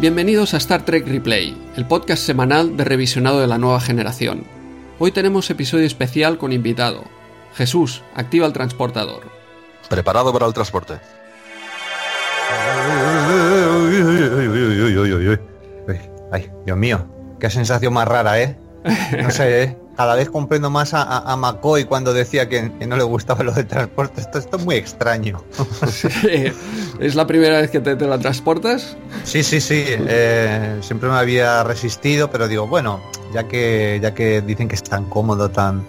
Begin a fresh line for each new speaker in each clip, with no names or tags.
Bienvenidos a Star Trek Replay, el podcast semanal de revisionado de la nueva generación. Hoy tenemos episodio especial con invitado. Jesús, activa el transportador.
Preparado para el transporte.
Ay, Dios mío, qué sensación más rara, ¿eh? No sé, ¿eh? Cada vez comprendo más a McCoy cuando decía que no le gustaba lo del transporte. Esto es muy extraño.
Sí. ¿Es la primera vez que te teletransportas?
Sí. Siempre me había resistido, pero digo, bueno, ya que dicen que es tan cómodo, tan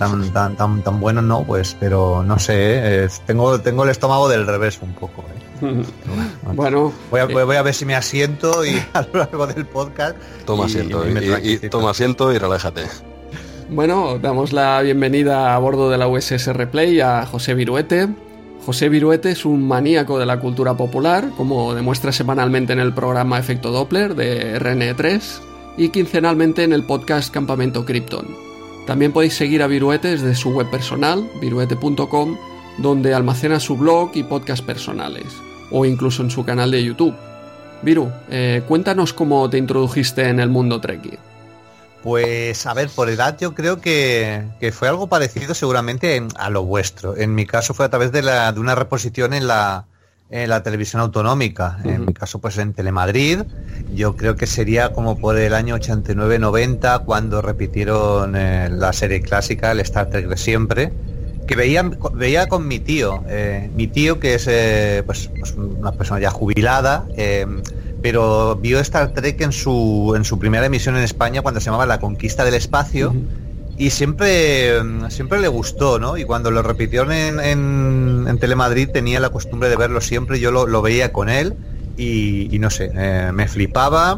bueno, no, pues, pero no sé, tengo el estómago del revés un poco, ¿eh?
Bueno,
voy a ver si me asiento y a lo largo del podcast
toma asiento y relájate.
Bueno, damos la bienvenida a bordo de la USS Replay a José Viruete. José Viruete es un maníaco de la cultura popular, como demuestra semanalmente en el programa Efecto Doppler de RN3 y quincenalmente en el podcast Campamento Krypton. También podéis seguir a Viruete desde su web personal, viruete.com, donde almacena su blog y podcast personales, o incluso en su canal de YouTube. Viru, cuéntanos cómo te introdujiste en el mundo Trekkie.
Pues a ver, por edad yo creo que fue algo parecido seguramente a lo vuestro. En mi caso fue a través de una reposición en la televisión autonómica. Uh-huh. En mi caso pues en Telemadrid. Yo creo que sería como por el año 89-90 cuando repitieron la serie clásica, el Star Trek de siempre, que veía con mi tío que es pues una persona ya jubilada, pero vio Star Trek en su primera emisión en España cuando se llamaba La Conquista del Espacio. Uh-huh. Y siempre le gustó, ¿no? Y cuando lo repitieron en Telemadrid tenía la costumbre de verlo siempre. Yo lo veía con él y no sé, me flipaba.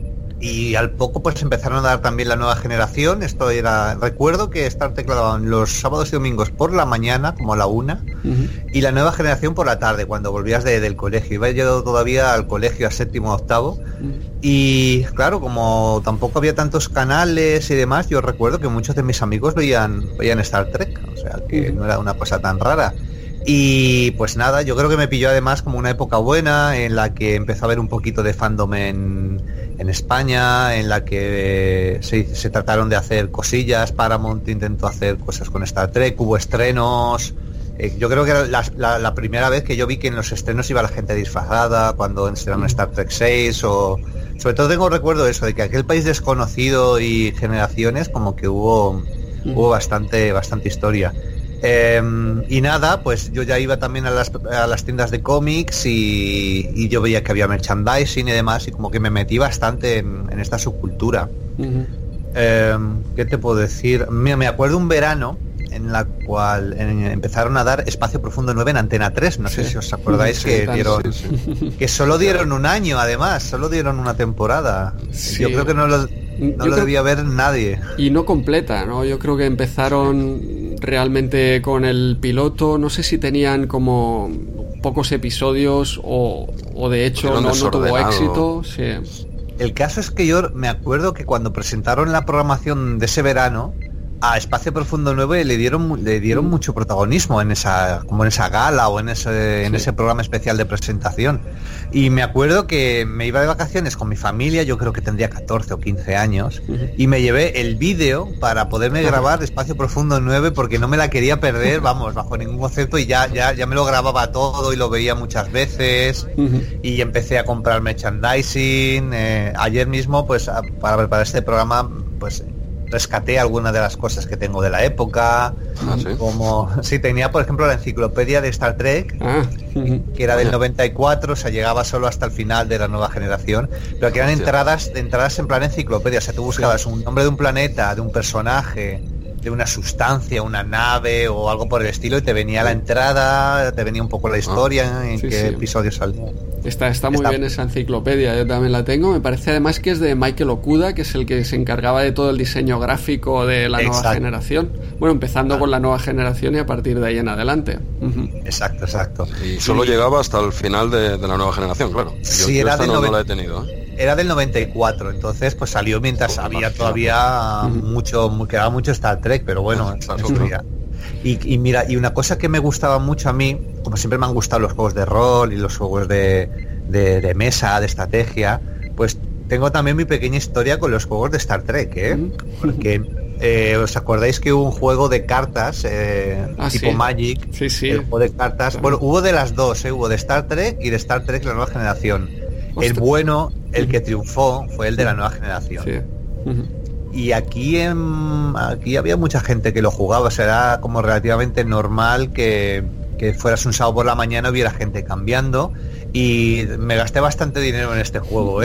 Y al poco pues empezaron a dar también la nueva generación. Recuerdo que Star Trek lo daban los sábados y domingos por la mañana, como a la 1, uh-huh. Y la nueva generación por la tarde, cuando volvías del colegio. Iba yo todavía al colegio a séptimo o octavo. Uh-huh. Y claro, como tampoco había tantos canales y demás, yo recuerdo que muchos de mis amigos veían Star Trek. O sea, que uh-huh. No era una cosa tan rara. Y pues nada, yo creo que me pilló además como una época buena en la que empezó a haber un poquito de fandom en España, en la que se trataron de hacer cosillas. Paramount intentó hacer cosas con Star Trek, hubo estrenos. Yo creo que era la primera vez que yo vi que en los estrenos iba la gente disfrazada, cuando estrenaron Star Trek 6 o... Sobre todo tengo recuerdo eso, de que aquel país desconocido y generaciones como que hubo bastante historia. Y nada, pues yo ya iba también a las tiendas de cómics y yo veía que había merchandising y demás, y como que me metí bastante en esta subcultura. Uh-huh. ¿Qué te puedo decir? Me acuerdo un verano en la cual empezaron a dar Espacio Profundo 9 en Antena 3, no sé si os acordáis, sí, que solo dieron un año, además, solo dieron una temporada. Sí. Yo creo que no lo debía ver nadie. Y
no completa, ¿no? Yo creo que empezaron realmente con el piloto, no sé si tenían como pocos episodios o de hecho no tuvo éxito. Sí.
El caso es que yo me acuerdo que cuando presentaron la programación de ese verano, a Espacio Profundo 9 le dieron mucho protagonismo en esa gala o en ese programa especial de presentación. Y me acuerdo que me iba de vacaciones con mi familia, yo creo que tendría 14 o 15 años, uh-huh. Y me llevé el vídeo para poderme grabar Espacio Profundo 9 porque no me la quería perder, vamos, bajo ningún concepto, y ya me lo grababa todo y lo veía muchas veces, uh-huh. Y empecé a comprar merchandising. Ayer mismo, pues para este programa, pues rescaté algunas de las cosas que tengo de la época. ¿Sí? Como si tenía, por ejemplo, la enciclopedia de Star Trek, que era del 94, o sea, llegaba solo hasta el final de la nueva generación, pero que eran entradas en plan enciclopedia. O sea, tú buscabas un nombre de un planeta, de un personaje, de una sustancia, una nave o algo por el estilo, y te venía la entrada, te venía un poco la historia, en qué episodio salía.
Está muy bien esa enciclopedia, yo también la tengo. Me parece además que es de Michael Okuda, que es el que se encargaba de todo el diseño gráfico de la nueva generación. Bueno, empezando con la nueva generación y a partir de ahí en adelante. Uh-huh.
Exacto.
Y solo llegaba hasta el final de la nueva generación, claro.
Sí,
yo esta no la he tenido,
Era del 94, entonces pues salió mientras había todavía quedaba mucho Star Trek, pero bueno, y mira, y una cosa que me gustaba mucho a mí, como siempre me han gustado los juegos de rol y los juegos de mesa, de estrategia, Pues tengo también mi pequeña historia con los juegos de Star Trek, porque ¿os acordáis que hubo un juego de cartas tipo Magic?
Sí.
El juego de cartas. Bueno, hubo de las dos, hubo de Star Trek y de Star Trek la nueva generación. Ostras. El bueno, el que triunfó, fue el de la nueva generación. Sí. Y aquí había mucha gente que lo jugaba, o sea, era como relativamente normal que fueras un sábado por la mañana y hubiera gente cambiando, y me gasté bastante dinero en este juego,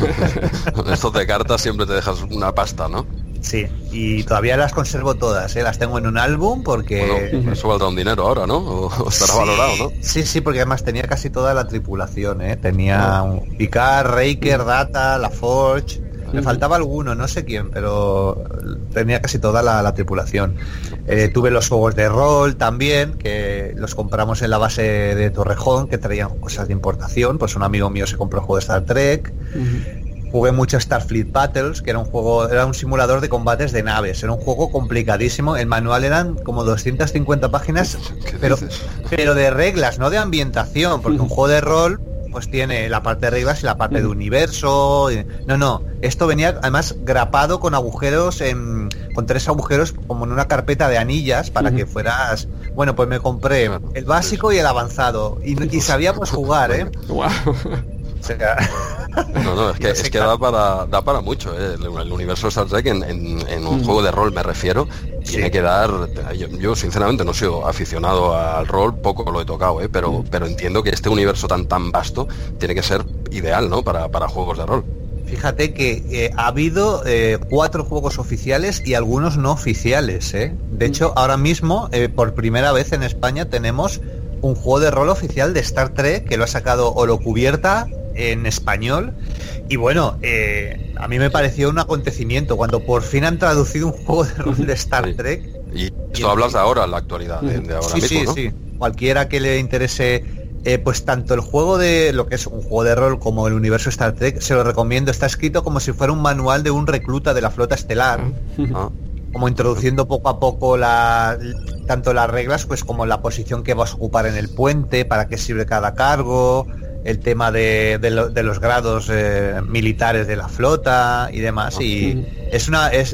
Estos de cartas siempre te dejas una pasta, ¿no?
Sí, y todavía las conservo todas, las tengo en un álbum porque...
Bueno, eso valdrá un dinero ahora, ¿no? O estará valorado, ¿no?
Sí, porque además tenía casi toda la tripulación, Tenía un Picard, Riker, Data, La Forge... Me faltaba alguno, no sé quién, pero tenía casi toda la tripulación. Tuve los juegos de rol también, que los compramos en la base de Torrejón, que traían cosas de importación. Pues un amigo mío se compró el juego de Star Trek. Jugué mucho Starfleet Battles, que era un simulador de combates de naves. Era un juego complicadísimo. El manual eran como 250 páginas, pero de reglas, no de ambientación, porque un juego de rol pues tiene la parte de reglas y la parte de universo. No, esto venía además grapado con agujeros, con 3 agujeros como en una carpeta de anillas para que fueras... Bueno, pues me compré el básico y el avanzado y sabíamos jugar,
Wow.
O sea,
no, es que da para mucho, el universo de Star Trek en un juego de rol, me refiero. Tiene que dar... Yo sinceramente no soy aficionado al rol, poco lo he tocado, pero entiendo que este universo tan vasto tiene que ser ideal, ¿no? Para juegos de rol.
Fíjate que ha habido 4 juegos oficiales y algunos no oficiales, De hecho, ahora mismo, por primera vez en España, tenemos un juego de rol oficial de Star Trek que lo ha sacado Holocubierta en español. Y bueno, a mí me pareció un acontecimiento cuando por fin han traducido un juego de rol de Star Trek.
Y esto hablas de ahora, en la actualidad, de ahora mismo, ¿no? Sí.
Cualquiera que le interese, pues tanto el juego de lo que es un juego de rol como el universo Star Trek, se lo recomiendo. Está escrito como si fuera un manual de un recluta de la flota estelar. Como introduciendo poco a poco tanto las reglas pues como la posición que vas a ocupar en el puente, para qué sirve cada cargo, el tema de los grados militares de la flota y demás. Y es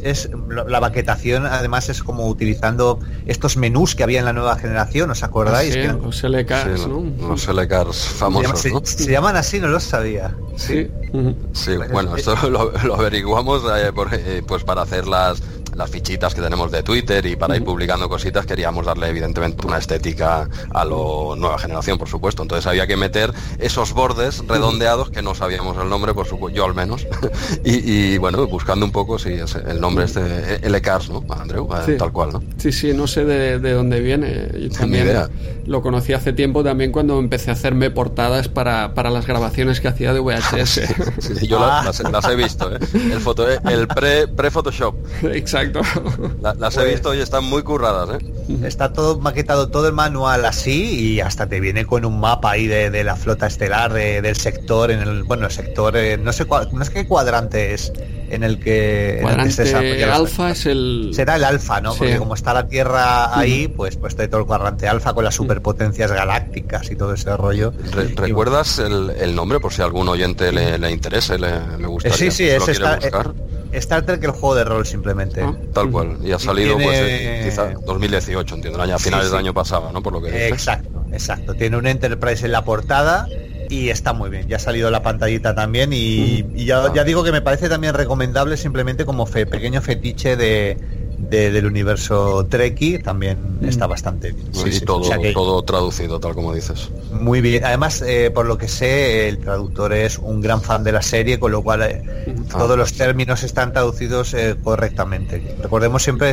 la maquetación además es como utilizando estos menús que había en la nueva generación, ¿os acordáis?
Sí, los LKs, ¿no?
Los LKs famosos, ¿no?
Se llaman así, no lo sabía.
Sí.
Sí, bueno, esto lo averiguamos pues para hacer las fichitas que tenemos de Twitter y para ir publicando cositas. Queríamos darle evidentemente una estética a lo nueva generación, por supuesto. Entonces había que meter esos bordes redondeados que no sabíamos el nombre, por supuesto, yo al menos. y bueno, buscando un poco el nombre LKs, ¿no, Andreu?
Sí.
Tal cual, ¿no?
Sí, no sé de dónde viene. Yo también lo conocí hace tiempo también cuando empecé a hacerme portadas para las grabaciones que hacía de VHS.
Sí, yo las he visto, el pre-Photoshop.
Exacto.
Las he visto y están muy curradas,
Está todo maquetado, todo el manual así, y hasta te viene con un mapa ahí de la flota estelar, del sector, el sector, no sé qué cuadrante es en el que...
Cuadrante alfa es el...
Será el alfa, ¿no?
Sí.
Porque como está la Tierra ahí, pues está todo el cuadrante alfa con las superpotencias galácticas y todo ese rollo.
¿Recuerdas el nombre por si a algún oyente le interese, le gustaría?
Sí, es Star Trek, el juego de rol, simplemente.
Tal cual. Y ha salido quizá 2018, entiendo, a finales del año pasado, ¿no? Por lo que dices.
Exacto. Tiene un Enterprise en la portada y está muy bien. Ya ha salido la pantallita también y ya digo que me parece también recomendable, simplemente como pequeño fetiche del universo Trekkie, también está bastante bien.
Sí, todo traducido, tal como dices.
Muy bien. Además, por lo que sé, el traductor es un gran fan de la serie, con lo cual todos los términos están traducidos correctamente. Recordemos siempre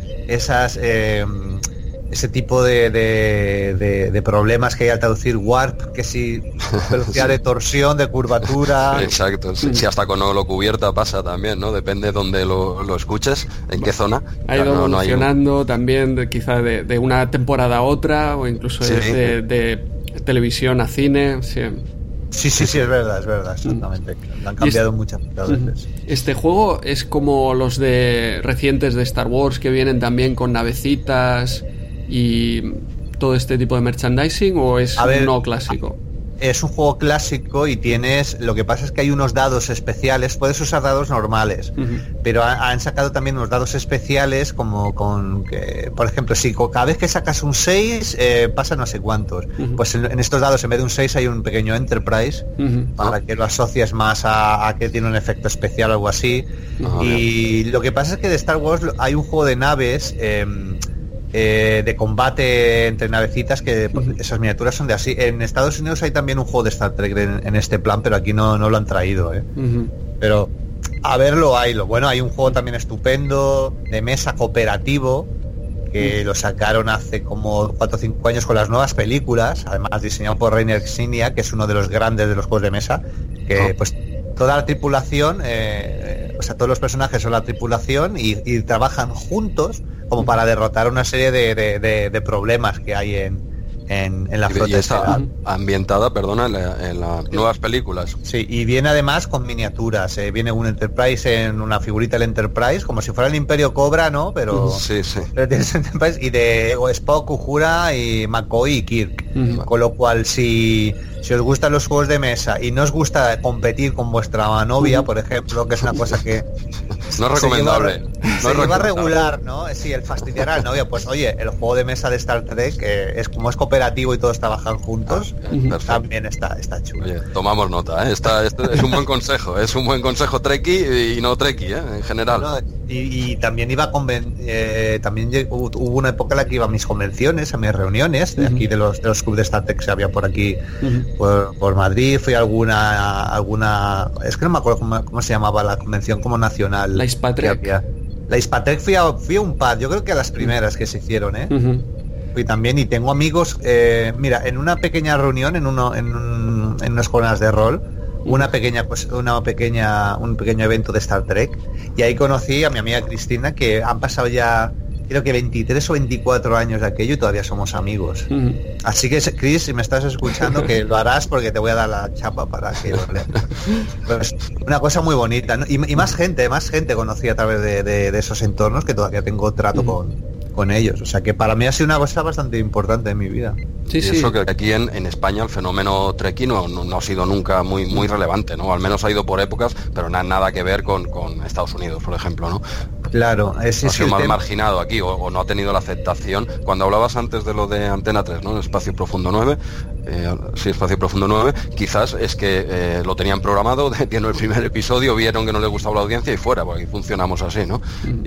ese tipo de problemas que hay al traducir warp, que si velocidad de torsión, de curvatura.
Exacto, si hasta con Holocubierta pasa también, ¿no? Depende de dónde lo escuches, en qué zona.
Ha ido evolucionando también quizá de una temporada a otra, o incluso de televisión a cine.
Sí, es verdad, exactamente. Han cambiado muchas veces.
¿Este juego es como los de recientes de Star Wars, que vienen también con navecitas y todo este tipo de merchandising, o es no clásico?
es un juego clásico y lo que pasa es que hay unos dados especiales, puedes usar dados normales, pero han sacado también unos dados especiales como por ejemplo, si cada vez que sacas un 6 pasa no sé cuántos, pues en estos dados en vez de un 6 hay un pequeño Enterprise para que lo asocies más a que tiene un efecto especial o algo así. Y lo que pasa es que de Star Wars hay un juego de naves de combate entre navecitas que esas miniaturas son de así. En Estados Unidos hay también un juego de Star Trek en este plan, pero aquí no lo han traído, pero a verlo haylo. Bueno, hay un juego también estupendo de mesa cooperativo que lo sacaron hace como 4 o 5 años con las nuevas películas, además diseñado por Rainer Xinia, que es uno de los grandes de los juegos de mesa, que pues toda la tripulación, o sea, todos los personajes son la tripulación y trabajan juntos como para derrotar una serie de problemas que hay en la flota.
Y está ambientada, perdona, en las nuevas películas.
Sí, y viene además con miniaturas. Viene un Enterprise en una figurita del Enterprise, como si fuera el Imperio Cobra, ¿no? Pero,
sí.
Pero tienes Enterprise y de Spock, Uhura y McCoy y Kirk. Con lo cual, si os gustan los juegos de mesa y no os gusta competir con vuestra novia, por ejemplo, que es una cosa que
no es recomendable.
Se lleva regular, ¿no? Sí, el fastidiar a la novia. Pues oye, el juego de mesa de Star Trek es como es cooperativo y todos trabajan juntos, también está chulo. Oye,
tomamos nota, ¿eh? Este es un buen consejo, es un buen consejo Trekkie y no Trekkie, en general.
No, y también iba también hubo una época en la que iba a mis convenciones, a mis reuniones de aquí de los clubes de Star Trek que se había por aquí, por Madrid. Fui a alguna es que no me acuerdo cómo se llamaba la convención como nacional,
la Hispatrek.
La Hispatrek fui a un par, yo creo que a las primeras que se hicieron, fui también y tengo amigos, mira, en una pequeña reunión en unas jornadas de rol, un pequeño evento de Star Trek, y ahí conocí a mi amiga Cristina, que han pasado ya creo que 23 o 24 años de aquello y todavía somos amigos. Así que, Chris, si me estás escuchando, que lo harás porque te voy a dar la chapa para que lo leas. Pues una cosa muy bonita, ¿no? Y más gente conocí a través de esos entornos, que todavía tengo trato con ellos. O sea que para mí ha sido una cosa bastante importante en mi vida.
Sí. Eso que aquí en España el fenómeno Trekkie no ha sido nunca muy relevante, ¿no? Al menos ha ido por épocas, pero nada que ver con Estados Unidos, por ejemplo, ¿no?
Claro,
ha sido más marginado aquí o no ha tenido la aceptación. Cuando hablabas antes de lo de Antena 3, ¿no? El Espacio Profundo 9, Espacio Profundo 9, quizás es que lo tenían programado, tiene el primer episodio, vieron que no les gustaba la audiencia y fuera, porque aquí funcionamos así, ¿no?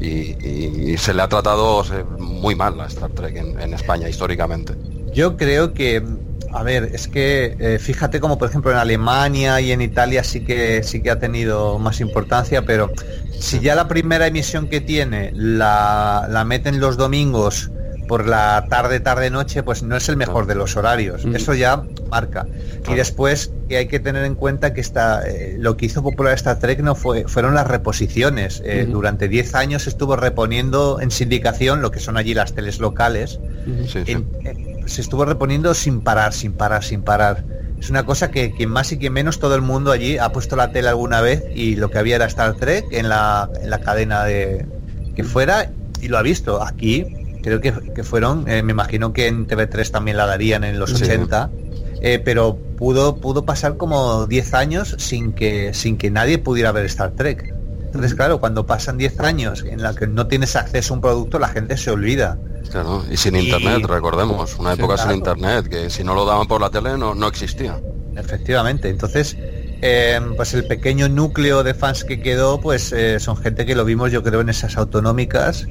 Y se le ha tratado muy mal a Star Trek en España históricamente.
Yo creo que, a ver, es que fíjate como por ejemplo en Alemania y en Italia sí que ha tenido más importancia, pero si ya la primera emisión que tiene la meten los domingos por la tarde-noche, pues no es el mejor de los horarios. Eso ya marca. Y después que hay que tener en cuenta que lo que hizo popular Star Trek fueron las reposiciones. Durante 10 años estuvo reponiendo en sindicación, lo que son allí las teles locales. Se estuvo reponiendo sin parar. Es una cosa que quien más y quien menos, todo el mundo allí ha puesto la tele alguna vez y lo que había era Star Trek en la cadena que fuera y lo ha visto. Aquí creo que fueron, me imagino que en TV3 también la darían en los 80, pero pudo pasar como 10 años sin que nadie pudiera ver Star Trek. Entonces, claro, cuando pasan 10 años en la que no tienes acceso a un producto, la gente se olvida.
Claro, y sin internet, recordemos, una época sin internet, que si no lo daban por la tele no existía.
Efectivamente, entonces pues el pequeño núcleo de fans que quedó, pues son gente que lo vimos, yo creo, en esas autonómicas.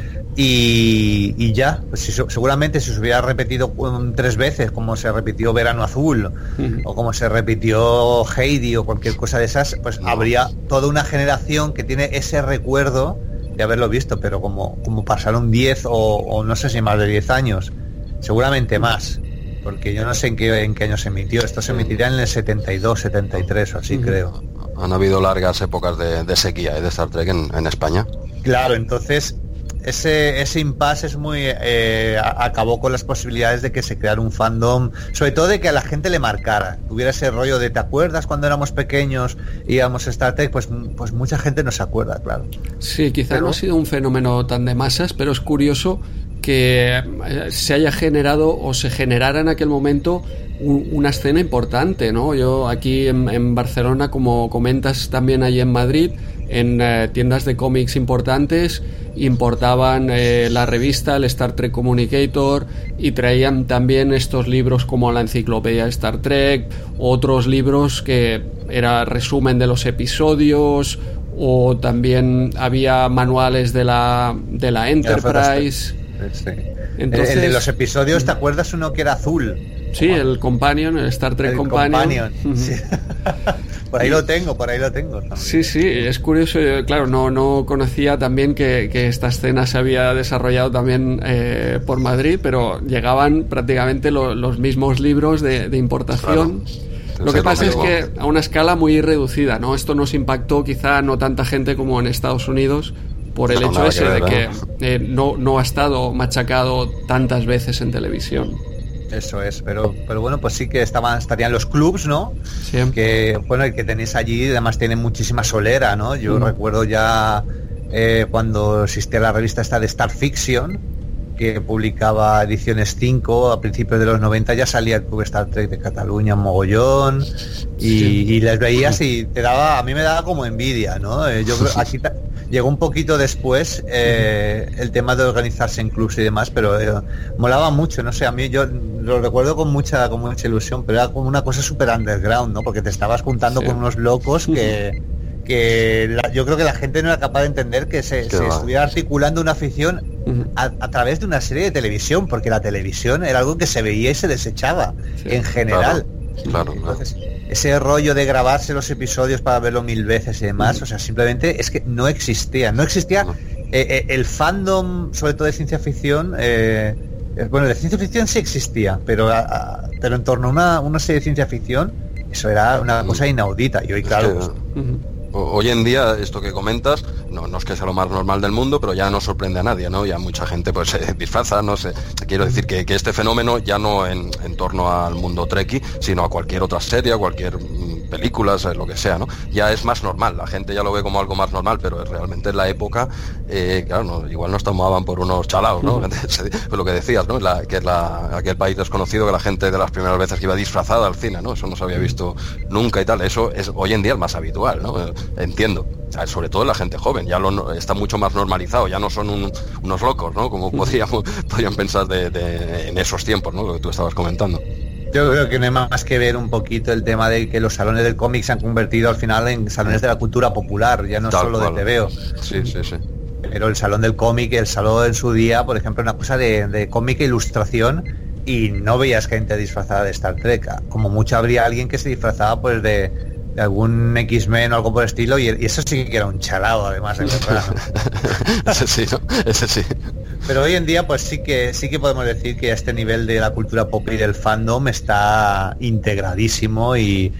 Y ya, pues seguramente si se hubiera repetido 3 veces, como se repitió Verano Azul, o como se repitió Heidi o cualquier cosa de esas, pues habría toda una generación que tiene ese recuerdo de haberlo visto, pero como pasaron 10 o no sé si más de 10 años, seguramente más, porque yo no sé en qué año se emitió. Esto se emitirá en el 72, 73 o así, creo.
Han habido largas épocas de sequía de Star Trek en España.
Claro, entonces ese impasse es acabó con las posibilidades de que se creara un fandom, sobre todo de que a la gente le marcara, tuviera ese rollo de ¿te acuerdas cuando éramos pequeños íbamos a Star Trek? Pues mucha gente no se acuerda, claro.
Sí, quizá no ha sido un fenómeno tan de masas, pero es curioso que se haya generado o se generara en aquel momento una escena importante, ¿no? Yo aquí en Barcelona, como comentas también allí en Madrid, en tiendas de cómics importantes importaban la revista, el Star Trek Communicator, y traían también estos libros como la enciclopedia de Star Trek, otros libros que era resumen de los episodios, o también había manuales de la Enterprise.
Sí.
Entonces,
el de los episodios, ¿te acuerdas uno que era azul?
Sí, el Companion, el Star Trek Companion.
Sí. Por ahí lo tengo también.
Sí, es curioso, claro, no conocía también que esta escena se había desarrollado también por Madrid, pero llegaban prácticamente los mismos libros de importación. Claro. Lo que pasa es que a una escala muy reducida, ¿no? Esto nos impactó quizá no tanta gente como en Estados Unidos, por el hecho ese de que no ha estado machacado tantas veces en televisión.
Eso es, pero bueno, pues sí que estarían los clubs, ¿no?
Sí.
Que bueno, el que tenéis allí además tiene muchísima solera, ¿no? Yo recuerdo ya cuando existía la revista esta de Star Fiction, que publicaba ediciones 5 a principios de los 90, ya salía el Club Star Trek de Cataluña, mogollón, y les veías y a mí me daba como envidia, ¿no? Yo creo aquí llegó un poquito después el tema de organizarse en clubs y demás, pero molaba mucho, no sé, a mí yo lo recuerdo con mucha ilusión, pero era como una cosa súper underground, ¿no? Porque te estabas juntando con unos locos que yo creo que la gente no era capaz de entender que se estuviera articulando una afición a través de una serie de televisión, porque la televisión era algo que se veía y se desechaba en general.
Claro.
Entonces, ese rollo de grabarse los episodios para verlo 1000 veces y demás, o sea, simplemente es que no existía. El fandom, sobre todo de ciencia ficción, bueno, de ciencia ficción sí existía, pero en torno a una serie de ciencia ficción, eso era una cosa inaudita. Y hoy, claro,
hoy en día esto que comentas no es que sea lo más normal del mundo, pero ya no sorprende a nadie, ¿no? Ya mucha gente pues se disfraza, no sé. Quiero decir que este fenómeno ya no en torno al mundo Trekkie, sino a cualquier otra serie, a cualquier película, lo que sea, ¿no? Ya es más normal, la gente ya lo ve como algo más normal, pero realmente en la época, claro, igual nos tomaban por unos chalaos, ¿no? Pues lo que decías, ¿no? Aquel país desconocido, que la gente de las primeras veces que iba disfrazada al cine, ¿no? Eso no se había visto nunca y tal. Eso es hoy en día es más habitual, ¿no? Entiendo. O sea, sobre todo la gente joven, ya está mucho más normalizado, ya no son unos locos, ¿no? Como podrían pensar en esos tiempos, ¿no? Lo que tú estabas comentando.
Yo creo que no hay más que ver un poquito el tema de que los salones del cómic se han convertido al final en salones de la cultura popular, ya no solo de TVO.
Sí.
Pero el salón del cómic, el salón en su día, por ejemplo, una cosa de cómic e ilustración, y no veías gente disfrazada de Star Trek. Como mucho habría alguien que se disfrazaba pues de algún X-Men o algo por el estilo, y eso sí que era un chalao, además, de verdad, ¿no?
Ese sí, ¿no? Ese sí.
Pero hoy en día pues sí que podemos decir que a este nivel de la cultura pop y del fandom está integradísimo y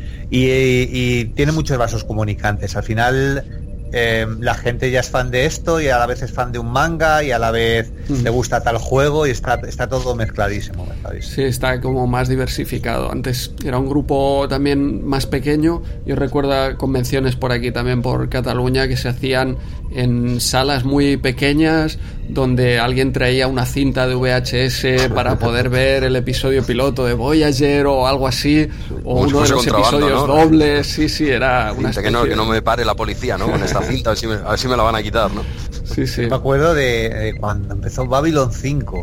tiene muchos vasos comunicantes. Al final la gente ya es fan de esto y a la vez es fan de un manga y a la vez le gusta tal juego y está todo mezcladísimo.
Sí, está como más diversificado. Antes era un grupo también más pequeño. Yo recuerdo convenciones por aquí también por Cataluña que se hacían en salas muy pequeñas donde alguien traía una cinta de VHS para poder ver el episodio piloto de Voyager o algo así, o uno de los episodios, ¿no? Dobles. Sí, era una especie...
que no me pare la policía, ¿no? Con esta cinta, a ver si me la van a quitar, ¿no?
Sí.
Me acuerdo de cuando empezó Babylon 5,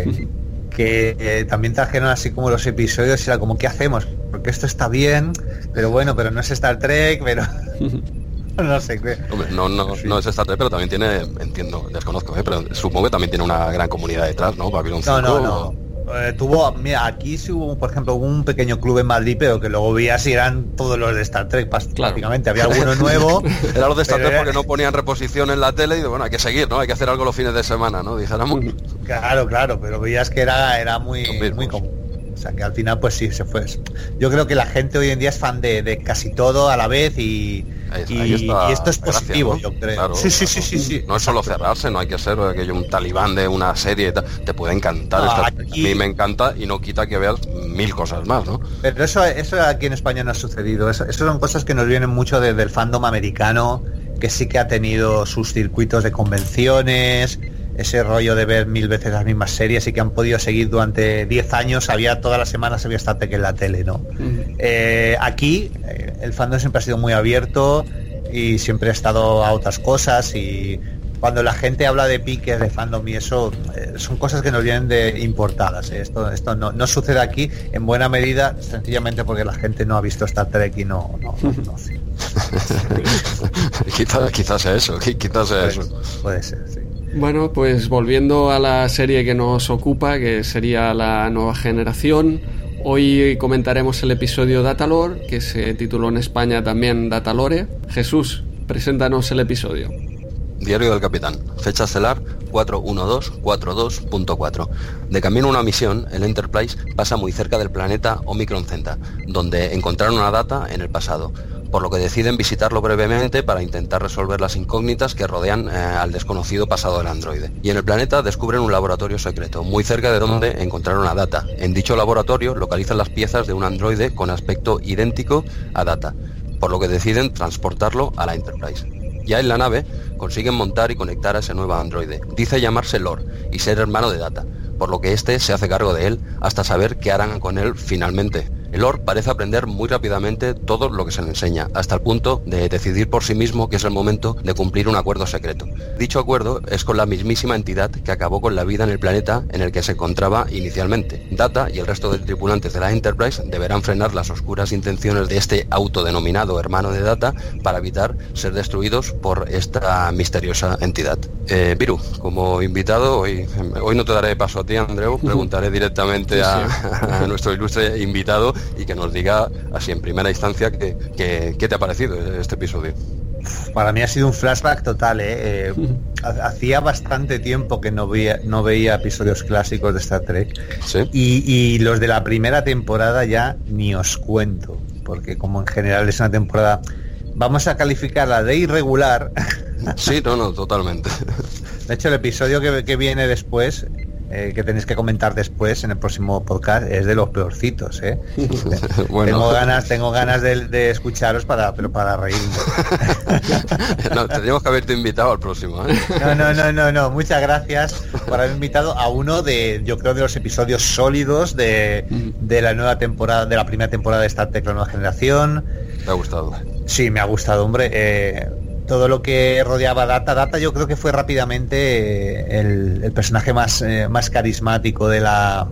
que también trajeron así como los episodios y era como, ¿qué hacemos? Porque esto está bien, pero bueno, pero no es Star Trek, pero... No sé.
Hombre, no es Star Trek, pero también tiene, entiendo, desconozco, pero supongo que también tiene una gran comunidad detrás, ¿no? Babylon 5.
No. Mira, aquí sí hubo, por ejemplo, un pequeño club en Madrid, pero que luego vi así eran todos los de Star Trek, prácticamente. Había alguno nuevo.
Era los de Star Trek porque no ponían reposición en la tele y bueno, hay que seguir, ¿no? Hay que hacer algo los fines de semana, ¿no? Dijéramos.
Claro, pero veías que era muy común. O sea, que al final pues sí, se fue. Yo creo que la gente hoy en día es fan de casi todo a la vez y esto es positivo,
gracia, ¿no?
Yo creo.
Claro,
Sí.
No es solo cerrarse, no hay que ser aquello un talibán de una serie, te puede encantar. A mí me encanta y no quita que veas 1000 cosas más, ¿no?
Pero eso aquí en España no ha sucedido. Eso son cosas que nos vienen mucho del fandom americano, que sí que ha tenido sus circuitos de convenciones, ese rollo de ver 1000 veces las mismas series y que han podido seguir durante 10 años, todas las semanas había Star Trek en la tele, ¿no? Aquí el fandom siempre ha sido muy abierto y siempre ha estado a otras cosas, y cuando la gente habla de piques de fandom y eso, son cosas que nos vienen de importadas, ¿eh? Esto no sucede aquí en buena medida, sencillamente porque la gente no ha visto Star Trek y no conoce.
quizás sea eso,
Puede ser, sí.
Bueno, pues volviendo a la serie que nos ocupa, que sería la nueva generación, hoy comentaremos el episodio Datalore, que se tituló en España también Datalore. Jesús, preséntanos el episodio.
Diario del Capitán, fecha estelar 41242.4. De camino a una misión, el Enterprise pasa muy cerca del planeta Omicron Centa, donde encontraron una data en el pasado, por lo que deciden visitarlo brevemente para intentar resolver las incógnitas que rodean al desconocido pasado del androide. Y en el planeta descubren un laboratorio secreto, muy cerca de donde encontraron a Data. En dicho laboratorio localizan las piezas de un androide con aspecto idéntico a Data, por lo que deciden transportarlo a la Enterprise. Ya en la nave consiguen montar y conectar a ese nuevo androide. Dice llamarse Lore y ser hermano de Data, por lo que este se hace cargo de él hasta saber qué harán con él finalmente. El Lore parece aprender muy rápidamente todo lo que se le enseña, hasta el punto de decidir por sí mismo que es el momento de cumplir un acuerdo secreto. Dicho acuerdo es con la mismísima entidad que acabó con la vida en el planeta en el que se encontraba inicialmente. Data y el resto de tripulantes de la Enterprise deberán frenar las oscuras intenciones de este autodenominado hermano de Data para evitar ser destruidos por esta misteriosa entidad. Viru, como invitado, hoy no te daré paso a ti, Andreu, preguntaré directamente a nuestro ilustre invitado y que nos diga así en primera instancia qué te ha parecido este episodio.
Para mí ha sido un flashback total, ¿eh? Hacía bastante tiempo que no veía episodios clásicos de Star Trek.
¿Sí?
Y los de la primera temporada ya ni os cuento, porque como en general es una temporada, vamos a calificarla de irregular.
Sí, no, totalmente.
De hecho, el episodio que viene después, que tenéis que comentar después en el próximo podcast, es de los peorcitos, ¿eh? Bueno. Tengo ganas de escucharos para reírme.
No, tendríamos que haberte invitado al próximo, ¿eh?
No, muchas gracias por haberme invitado a uno yo creo de los episodios sólidos de la nueva temporada, de la primera temporada de Star Trek La Nueva Generación.
¿Te ha gustado?
Sí, me ha gustado, hombre. Todo lo que rodeaba a Data, yo creo que fue rápidamente el personaje más carismático de la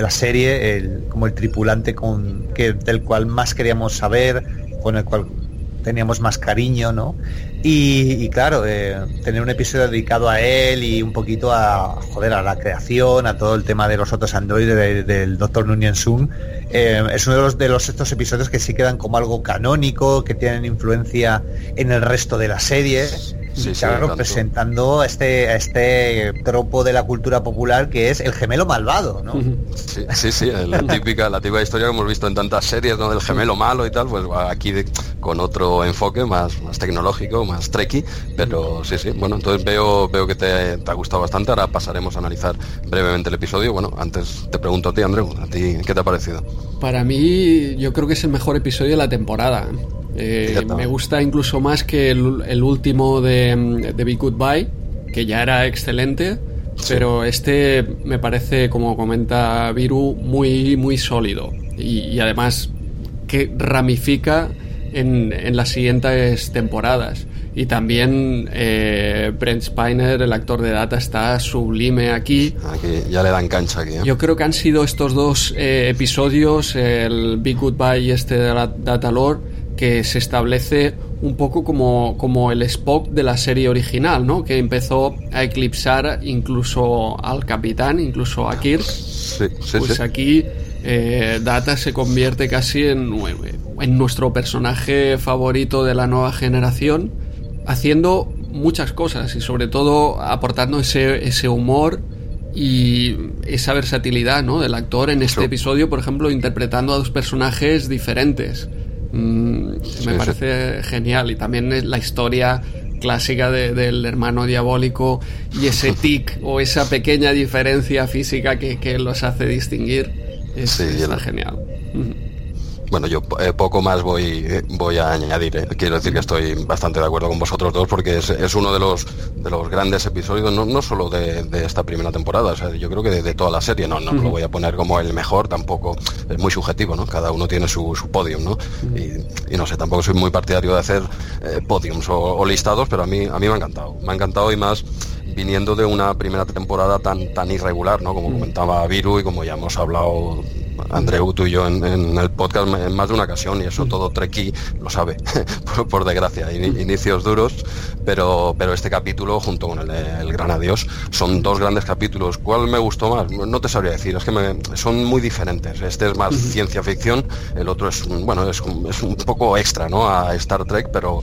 serie, como el tripulante del cual más queríamos saber, con el cual teníamos más cariño, ¿no? Y claro, tener un episodio dedicado a él y un poquito a la creación, a todo el tema de los otros androides del Dr. Noonien Soong, es uno de estos episodios que sí quedan como algo canónico, que tienen influencia en el resto de la serie. Sí, claro, presentando a este tropo de la cultura popular que es el gemelo malvado, ¿no?
Sí, la típica historia que hemos visto en tantas series, ¿no? Del gemelo malo y tal, pues aquí con otro enfoque más tecnológico, más trekkie, pero sí, bueno, entonces veo que te ha gustado bastante. Ahora pasaremos a analizar brevemente el episodio. Bueno, antes te pregunto a ti, Andreu, ¿a ti qué te ha parecido?
Para mí, yo creo que es el mejor episodio de la temporada. Me gusta incluso más que el último de Big Goodbye, que ya era excelente, pero este me parece, como comenta Viru, muy, muy sólido y además que ramifica en las siguientes temporadas. Y también Brent Spiner, el actor de Data, está sublime aquí.
Aquí ya le dan cancha aquí, ¿eh?
Yo creo que han sido estos dos episodios, el Big Goodbye y este de la Datalore, que se establece un poco como el Spock de la serie original, ¿no? Que empezó a eclipsar incluso al capitán, incluso a Kirk. Pues aquí Data se convierte casi en nuestro personaje favorito de la nueva generación, haciendo muchas cosas y sobre todo aportando ese humor y esa versatilidad, ¿no? Del actor en este episodio, por ejemplo, interpretando a dos personajes diferentes. Me parece genial. Y también la historia clásica del hermano diabólico y ese tic o esa pequeña diferencia física que los hace distinguir está genial.
Bueno, yo poco más voy a añadir. Quiero decir que estoy bastante de acuerdo con vosotros dos, porque es uno de los grandes episodios, no solo de esta primera temporada, o sea, yo creo que de toda la serie. No lo voy a poner como el mejor, tampoco, es muy subjetivo, ¿no? Cada uno tiene su podium, ¿no? Y no sé, tampoco soy muy partidario de hacer podiums o listados, pero a mí me ha encantado y más viniendo de una primera temporada tan irregular, ¿no? Como comentaba Viru y como ya hemos hablado Andreu, tú y yo en el podcast en más de una ocasión, y eso todo Trekkie lo sabe, por desgracia, inicios duros, pero este capítulo junto con el Gran Adiós son dos grandes capítulos. ¿Cuál me gustó más? No te sabría decir, es que son muy diferentes. Este es más ciencia ficción, el otro es un poco extra, ¿no? A Star Trek, pero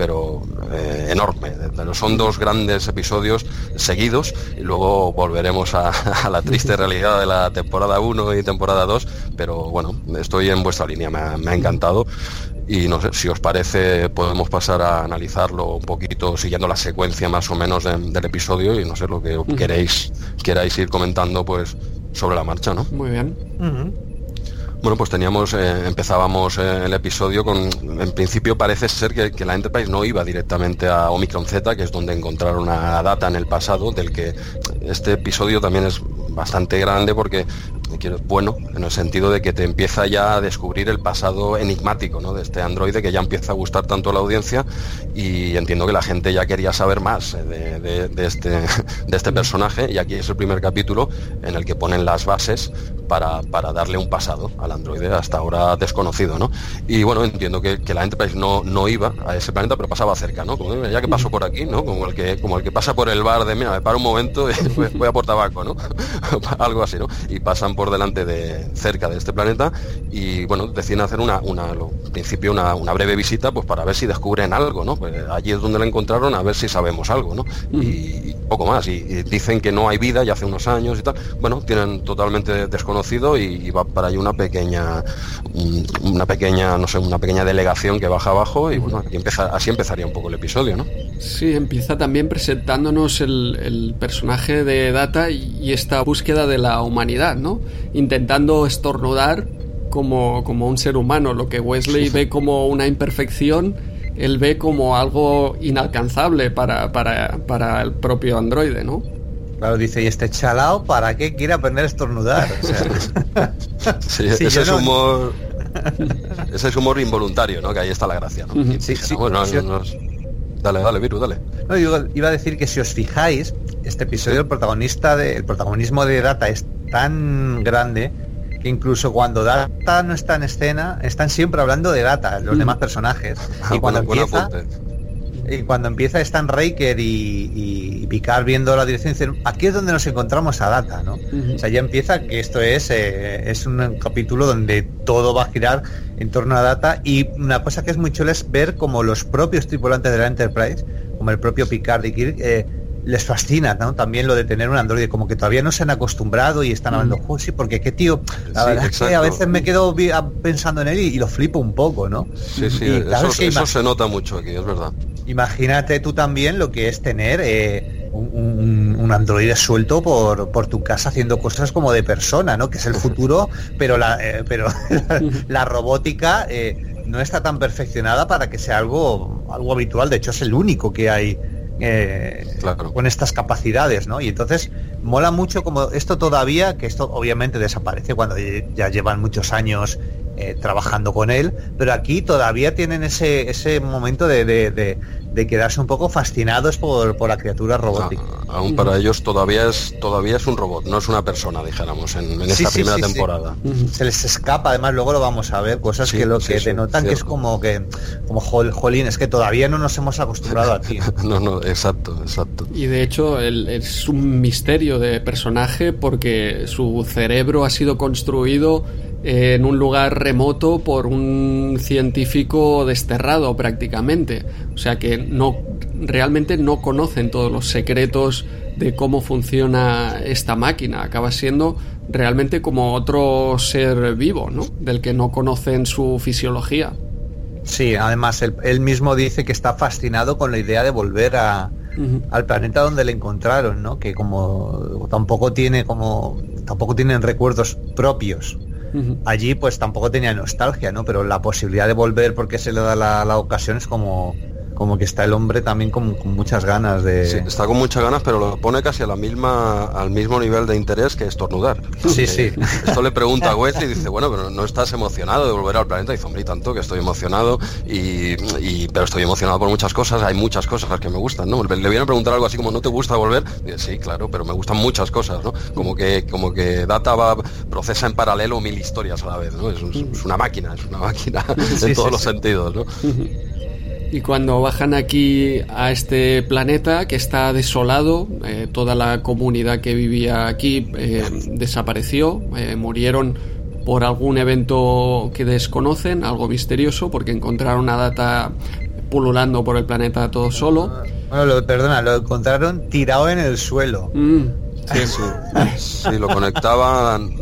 enorme. Son dos grandes episodios seguidos, y luego volveremos a la triste realidad de la temporada 1 y temporada 2, pero bueno, estoy en vuestra línea, me ha encantado. Y no sé, si os parece podemos pasar a analizarlo un poquito siguiendo la secuencia más o menos del episodio, y no sé, lo que queráis ir comentando pues sobre la marcha, ¿no?
Muy bien.
Bueno, pues empezábamos el episodio en principio parece ser que la Enterprise no iba directamente a Omicron Z, que es donde encontraron a Data en el pasado, del que este episodio también es bastante grande porque bueno, en el sentido de que te empieza ya a descubrir el pasado enigmático, ¿no? De este androide, que ya empieza a gustar tanto a la audiencia, y entiendo que la gente ya quería saber más de este personaje, y aquí es el primer capítulo en el que ponen las bases para darle un pasado al androide hasta ahora desconocido, ¿no? Y bueno, entiendo que la Enterprise no iba a ese planeta, pero pasaba cerca, ¿no? Como, ya que pasó por aquí, ¿no? Como el que pasa por el bar de, mira, me paro un momento y voy a por tabaco, ¿no? Algo así, ¿no? Y pasan por delante cerca de este planeta, y bueno, deciden hacer al principio una breve visita, pues para ver si descubren algo, ¿no? Pues allí es donde la encontraron, a ver si sabemos algo, ¿no? Y poco más, y dicen que no hay vida ya hace unos años y tal. Bueno, tienen totalmente desconocido, y va para allí una pequeña delegación que baja abajo, y bueno, así empezaría un poco el episodio, ¿no?
Sí, empieza también presentándonos el personaje de Data y esta búsqueda de la humanidad, ¿no? Intentando estornudar como un ser humano. Lo que Wesley ve como una imperfección, él ve como algo inalcanzable para el propio androide, ¿no?
Claro, dice, ¿y este chalao para qué quiere aprender a estornudar? O sea,
sí, ese es humor involuntario, ¿no? Que ahí está la gracia, ¿no?
Sí.
Bueno, dale, Viru, dale.
No, yo iba a decir que si os fijáis, este episodio el protagonismo de Data es tan grande que incluso cuando Data no está en escena, están siempre hablando de Data, los demás personajes. Y cuando empieza están Riker y Picard viendo la dirección, dicen, aquí es donde nos encontramos a Data, ¿no? O sea, ya empieza que esto es un capítulo donde todo va a girar en torno a Data, y una cosa que es muy chula es ver como los propios tripulantes de la Enterprise, como el propio Picard y Kirk, les fascina, ¿no? También lo de tener un androide, como que todavía no se han acostumbrado y están hablando, sí, porque qué tío, la verdad es que a veces me quedo pensando en él y lo flipo un poco, ¿no?
Sí, y claro, eso se nota mucho aquí, es verdad.
Imagínate tú también lo que es tener un androide suelto por tu casa haciendo cosas como de persona, ¿no? Que es el futuro, pero la robótica no está tan perfeccionada para que sea algo habitual. De hecho, es el único que hay claro, con estas capacidades, ¿no? Y entonces mola mucho como esto todavía, que esto obviamente desaparece cuando ya llevan muchos años trabajando con él, pero aquí todavía tienen ese momento de quedarse un poco fascinados por la criatura robótica.
Aún para ellos todavía es un robot, no es una persona, dijéramos, en esta primera temporada.
Se les escapa, además luego lo vamos a ver, cosas que denotan cierto, que es como jolín, es que todavía no nos hemos acostumbrado aquí.
No, exacto.
Y de hecho es un misterio de personaje, porque su cerebro ha sido construido en un lugar remoto por un científico desterrado prácticamente, o sea que realmente no conocen todos los secretos de cómo funciona esta máquina. Acaba siendo realmente como otro ser vivo, ¿no? Del que no conocen su fisiología.
Sí, además él mismo dice que está fascinado con la idea de volver al planeta donde le encontraron, ¿no? Que como tampoco tienen recuerdos propios allí pues tampoco tenía nostalgia, ¿no? Pero la posibilidad de volver porque se le da la ocasión es como que está el hombre también con muchas ganas de...
Sí, está con muchas ganas, pero lo pone casi al mismo nivel de interés que estornudar.
Sí, sí.
Esto le pregunta a Wesley y dice, bueno, pero ¿no estás emocionado de volver al planeta? Y dice, hombre, y tanto que estoy emocionado, pero estoy emocionado por muchas cosas, hay muchas cosas que me gustan, ¿no? Le viene a preguntar algo así como, ¿no te gusta volver? Y dice, sí, claro, pero me gustan muchas cosas, ¿no? Como que Data procesa en paralelo 1000 historias a la vez, ¿no? Es una máquina en todos los sentidos, ¿no?
Y cuando bajan aquí a este planeta que está desolado, toda la comunidad que vivía aquí desapareció, murieron por algún evento que desconocen, algo misterioso, porque encontraron a Data pululando por el planeta todo solo.
Bueno, lo encontraron tirado en el suelo.
Sí, lo conectaban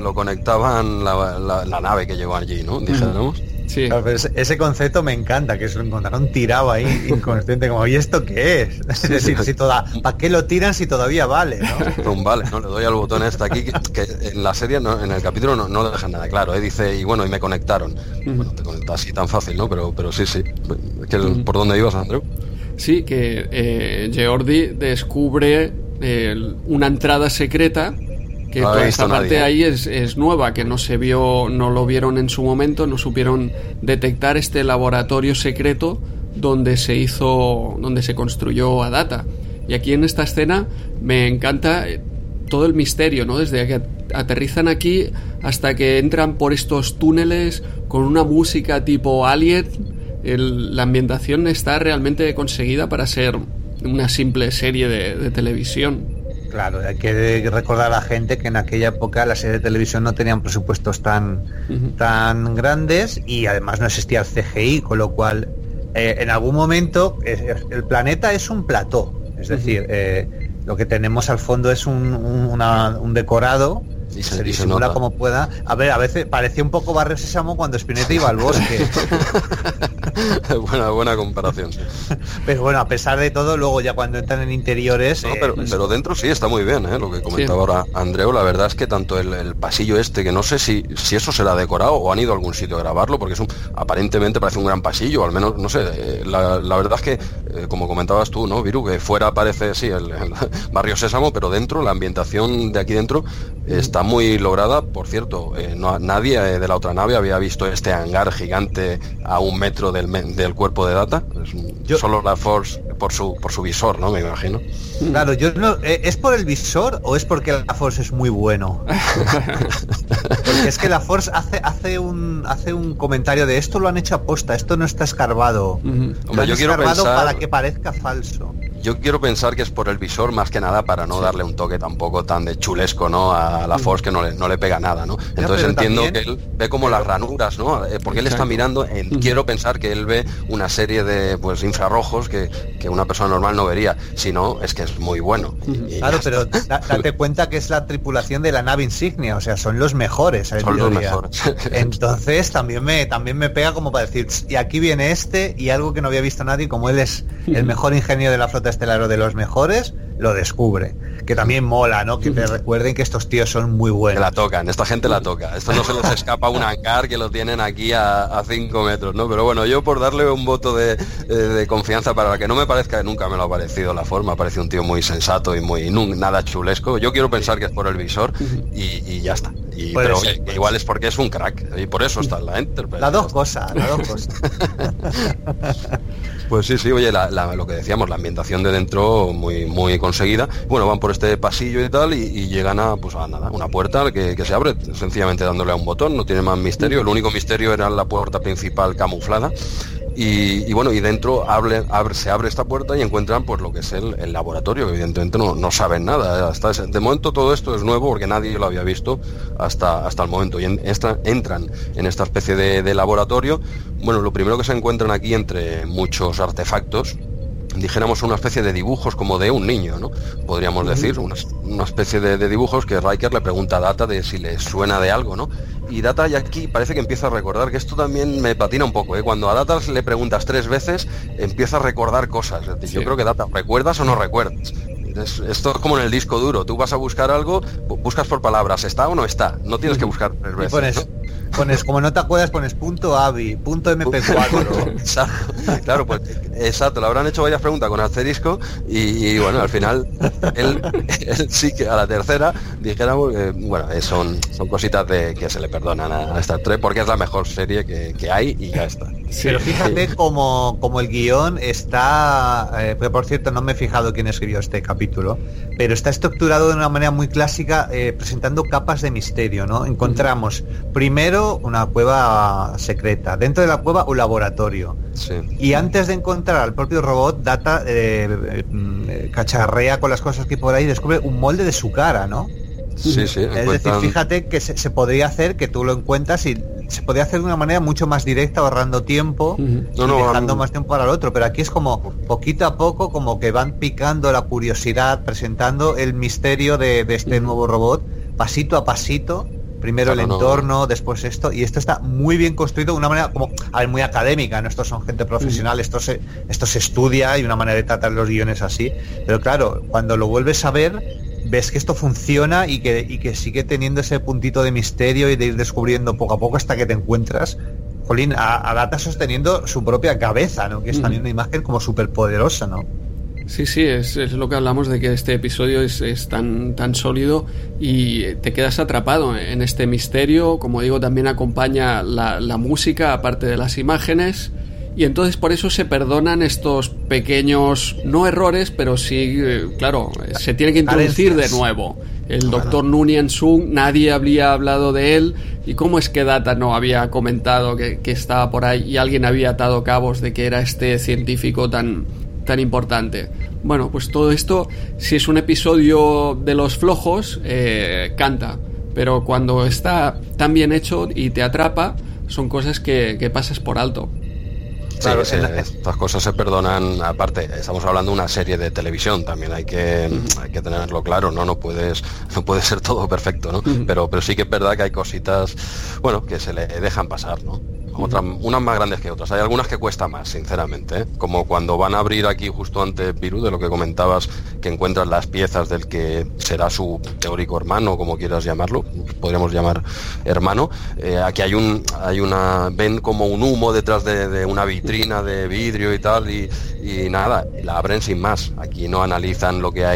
la nave que llegó allí, ¿no? Dijéramos.
Sí.
Claro, pero ese concepto me encanta, que se lo encontraron tirado ahí, inconsciente, como, ¿y esto qué es? Es decir, ¿para qué lo tiran si todavía vale, ¿no?
Vale, ¿no? Le doy al botón aquí, que en la serie, en el capítulo no dejan nada claro, dice, y bueno, y me conectaron. Bueno, te conectas así tan fácil, ¿no? Pero sí. ¿Por dónde ibas, Andreu?
Sí, que Geordi descubre una entrada secreta, que toda esta parte ahí es nueva, que no lo vieron en su momento, no supieron detectar este laboratorio secreto donde se construyó a Data. Y aquí en esta escena me encanta todo el misterio, ¿no? Desde que aterrizan aquí hasta que entran por estos túneles con una música tipo Alien. La ambientación está realmente conseguida para ser una simple serie de televisión.
Claro, hay que recordar a la gente que en aquella época las series de televisión no tenían presupuestos tan grandes y además no existía el CGI, con lo cual en algún momento el planeta es un plató, es decir, lo que tenemos al fondo es un decorado. Y se disimula como pueda. A veces parecía un poco Barrio Sésamo cuando Spinetta iba al bosque.
buena comparación, sí.
Pero bueno, a pesar de todo, luego ya cuando entran en interiores...
pero dentro sí está muy bien, lo que comentaba ahora Andreu. La verdad es que tanto el pasillo que no sé si eso será decorado o han ido a algún sitio a grabarlo, porque aparentemente parece un gran pasillo, al menos, no sé, la verdad es que, como comentabas tú, ¿no, Viru? Que fuera parece, sí, el Barrio Sésamo, pero dentro, la ambientación de aquí dentro está muy lograda. Por cierto, nadie de la otra nave había visto este hangar gigante a 1 metro del cuerpo de Data. Solo la Force por su visor, ¿no? Me imagino.
Claro, yo no, ¿es por el visor o es porque la Force es muy bueno? Porque es que la Force hace un comentario de esto lo han hecho aposta, esto no está escarbado.
Hombre, yo quiero pensar
para que parezca falso.
Yo quiero pensar que es por el visor más que nada para no darle un toque tampoco tan de chulesco, ¿no? A la Force, que no le pega nada, ¿no? Entonces entiendo también, que él ve como las ranuras, ¿no? Porque él está mirando, quiero pensar que él ve una serie de infrarrojos que una persona normal no vería. Si no, es que es muy bueno.
Claro, pero date cuenta que es la tripulación de la nave insignia, o sea, son los mejores.
Son los mejores.
Entonces también me pega como para decir, y aquí viene y algo que no había visto nadie, como él es el mejor ingeniero de la flota estelar o de los mejores, lo descubre. Que también mola, ¿no? Que te recuerden que estos tíos son muy buenos.
Que la tocan, esta gente la toca. Esto no se les escapa un hangar que lo tienen aquí a 5 metros, ¿no? Pero bueno, yo por darle un voto de confianza, para que no me parezca, que nunca me lo ha parecido la forma, parece un tío muy sensato y muy nada chulesco. Yo quiero pensar que es por el visor y ya está. Pero igual es porque es un crack y por eso está en la Enterprise.
Las dos cosas.
Pues sí, oye, lo que decíamos, la ambientación de dentro muy, muy conseguida. Bueno, van por este pasillo y tal y llegan a una puerta que se abre sencillamente dándole a un botón, no tiene más misterio. El único misterio era la puerta principal camuflada. Y bueno, y dentro se abre esta puerta y encuentran pues lo que es el laboratorio, que evidentemente no saben nada. De momento todo esto es nuevo porque nadie lo había visto hasta el momento. Y entran en esta especie de laboratorio. Bueno, lo primero que se encuentran aquí, entre muchos artefactos, dijéramos una especie de dibujos como de un niño, ¿no? Podríamos decir, una especie de dibujos que Riker le pregunta a Data de si le suena de algo, ¿no? Y Data ya aquí parece que empieza a recordar, que esto también me patina un poco, ¿eh? Cuando a Data le preguntas 3 veces, empieza a recordar cosas. Es decir, yo creo que Data, ¿recuerdas o no recuerdas? Esto es como en el disco duro, tú vas a buscar algo, buscas por palabras, ¿está o no está? No tienes que buscar 3 veces, ¿no?
Pones, como no te acuerdas, pones .avi, .mp4.
Exacto, claro, pues exacto, le habrán hecho varias preguntas con asterisco y bueno, al final él sí que a la tercera dijéramos bueno, son cositas que se le perdonan a Star Trek porque es la mejor serie que hay y ya está.
Sí. Pero fíjate como el guión está, pero por cierto no me he fijado quién escribió este capítulo, pero está estructurado de una manera muy clásica, presentando capas de misterio, ¿no? Encontramos primero una cueva secreta, dentro de la cueva un laboratorio, sí. Y antes de encontrar al propio robot, Data cacharrea con las cosas que por ahí, descubre un molde de su cara, ¿no?
Sí, sí.
Es decir, fíjate que se podría hacer, que tú lo encuentras y se podría hacer de una manera mucho más directa, ahorrando tiempo, dejando más tiempo para el otro, pero aquí es como poquito a poco, como que van picando la curiosidad, presentando el misterio de este nuevo robot, pasito a pasito. Primero el entorno, después esto, y esto está muy bien construido de una manera como, a ver, muy académica, ¿no? Estos son gente profesional, esto se estudia y una manera de tratar los guiones así, pero claro, cuando lo vuelves a ver, ves que esto funciona y que sigue teniendo ese puntito de misterio y de ir descubriendo poco a poco hasta que te encuentras, jolín, a Data sosteniendo su propia cabeza, ¿no? Que es también una imagen como súper poderosa, ¿no?
Sí, es lo que hablamos, de que este episodio es tan sólido y te quedas atrapado en este misterio. Como digo, también acompaña la música, aparte de las imágenes, y entonces por eso se perdonan estos pequeños, no errores, pero sí, claro, se tiene que introducir de nuevo el doctor Noonien Soong. Nadie había hablado de él, y cómo es que Data no había comentado que estaba por ahí y alguien había atado cabos de que era este científico tan importante. Bueno, pues todo esto, si es un episodio de los flojos, canta, pero cuando está tan bien hecho y te atrapa, son cosas que pasas por alto.
Claro, sí, estas cosas se perdonan. Aparte, estamos hablando de una serie de televisión, también hay que tenerlo claro, no puede ser todo perfecto, ¿no? Pero sí que es verdad que hay cositas, bueno, que se le dejan pasar, ¿no? Unas más grandes que otras. Hay algunas que cuesta más, sinceramente, ¿eh? Como cuando van a abrir aquí justo antes, Viru, de lo que comentabas, que encuentran las piezas del que será su teórico hermano, como quieras llamarlo, podríamos llamar hermano. Aquí ven como un humo detrás de una vitrina de vidrio y tal, y nada, la abren sin más. Aquí no analizan lo que hay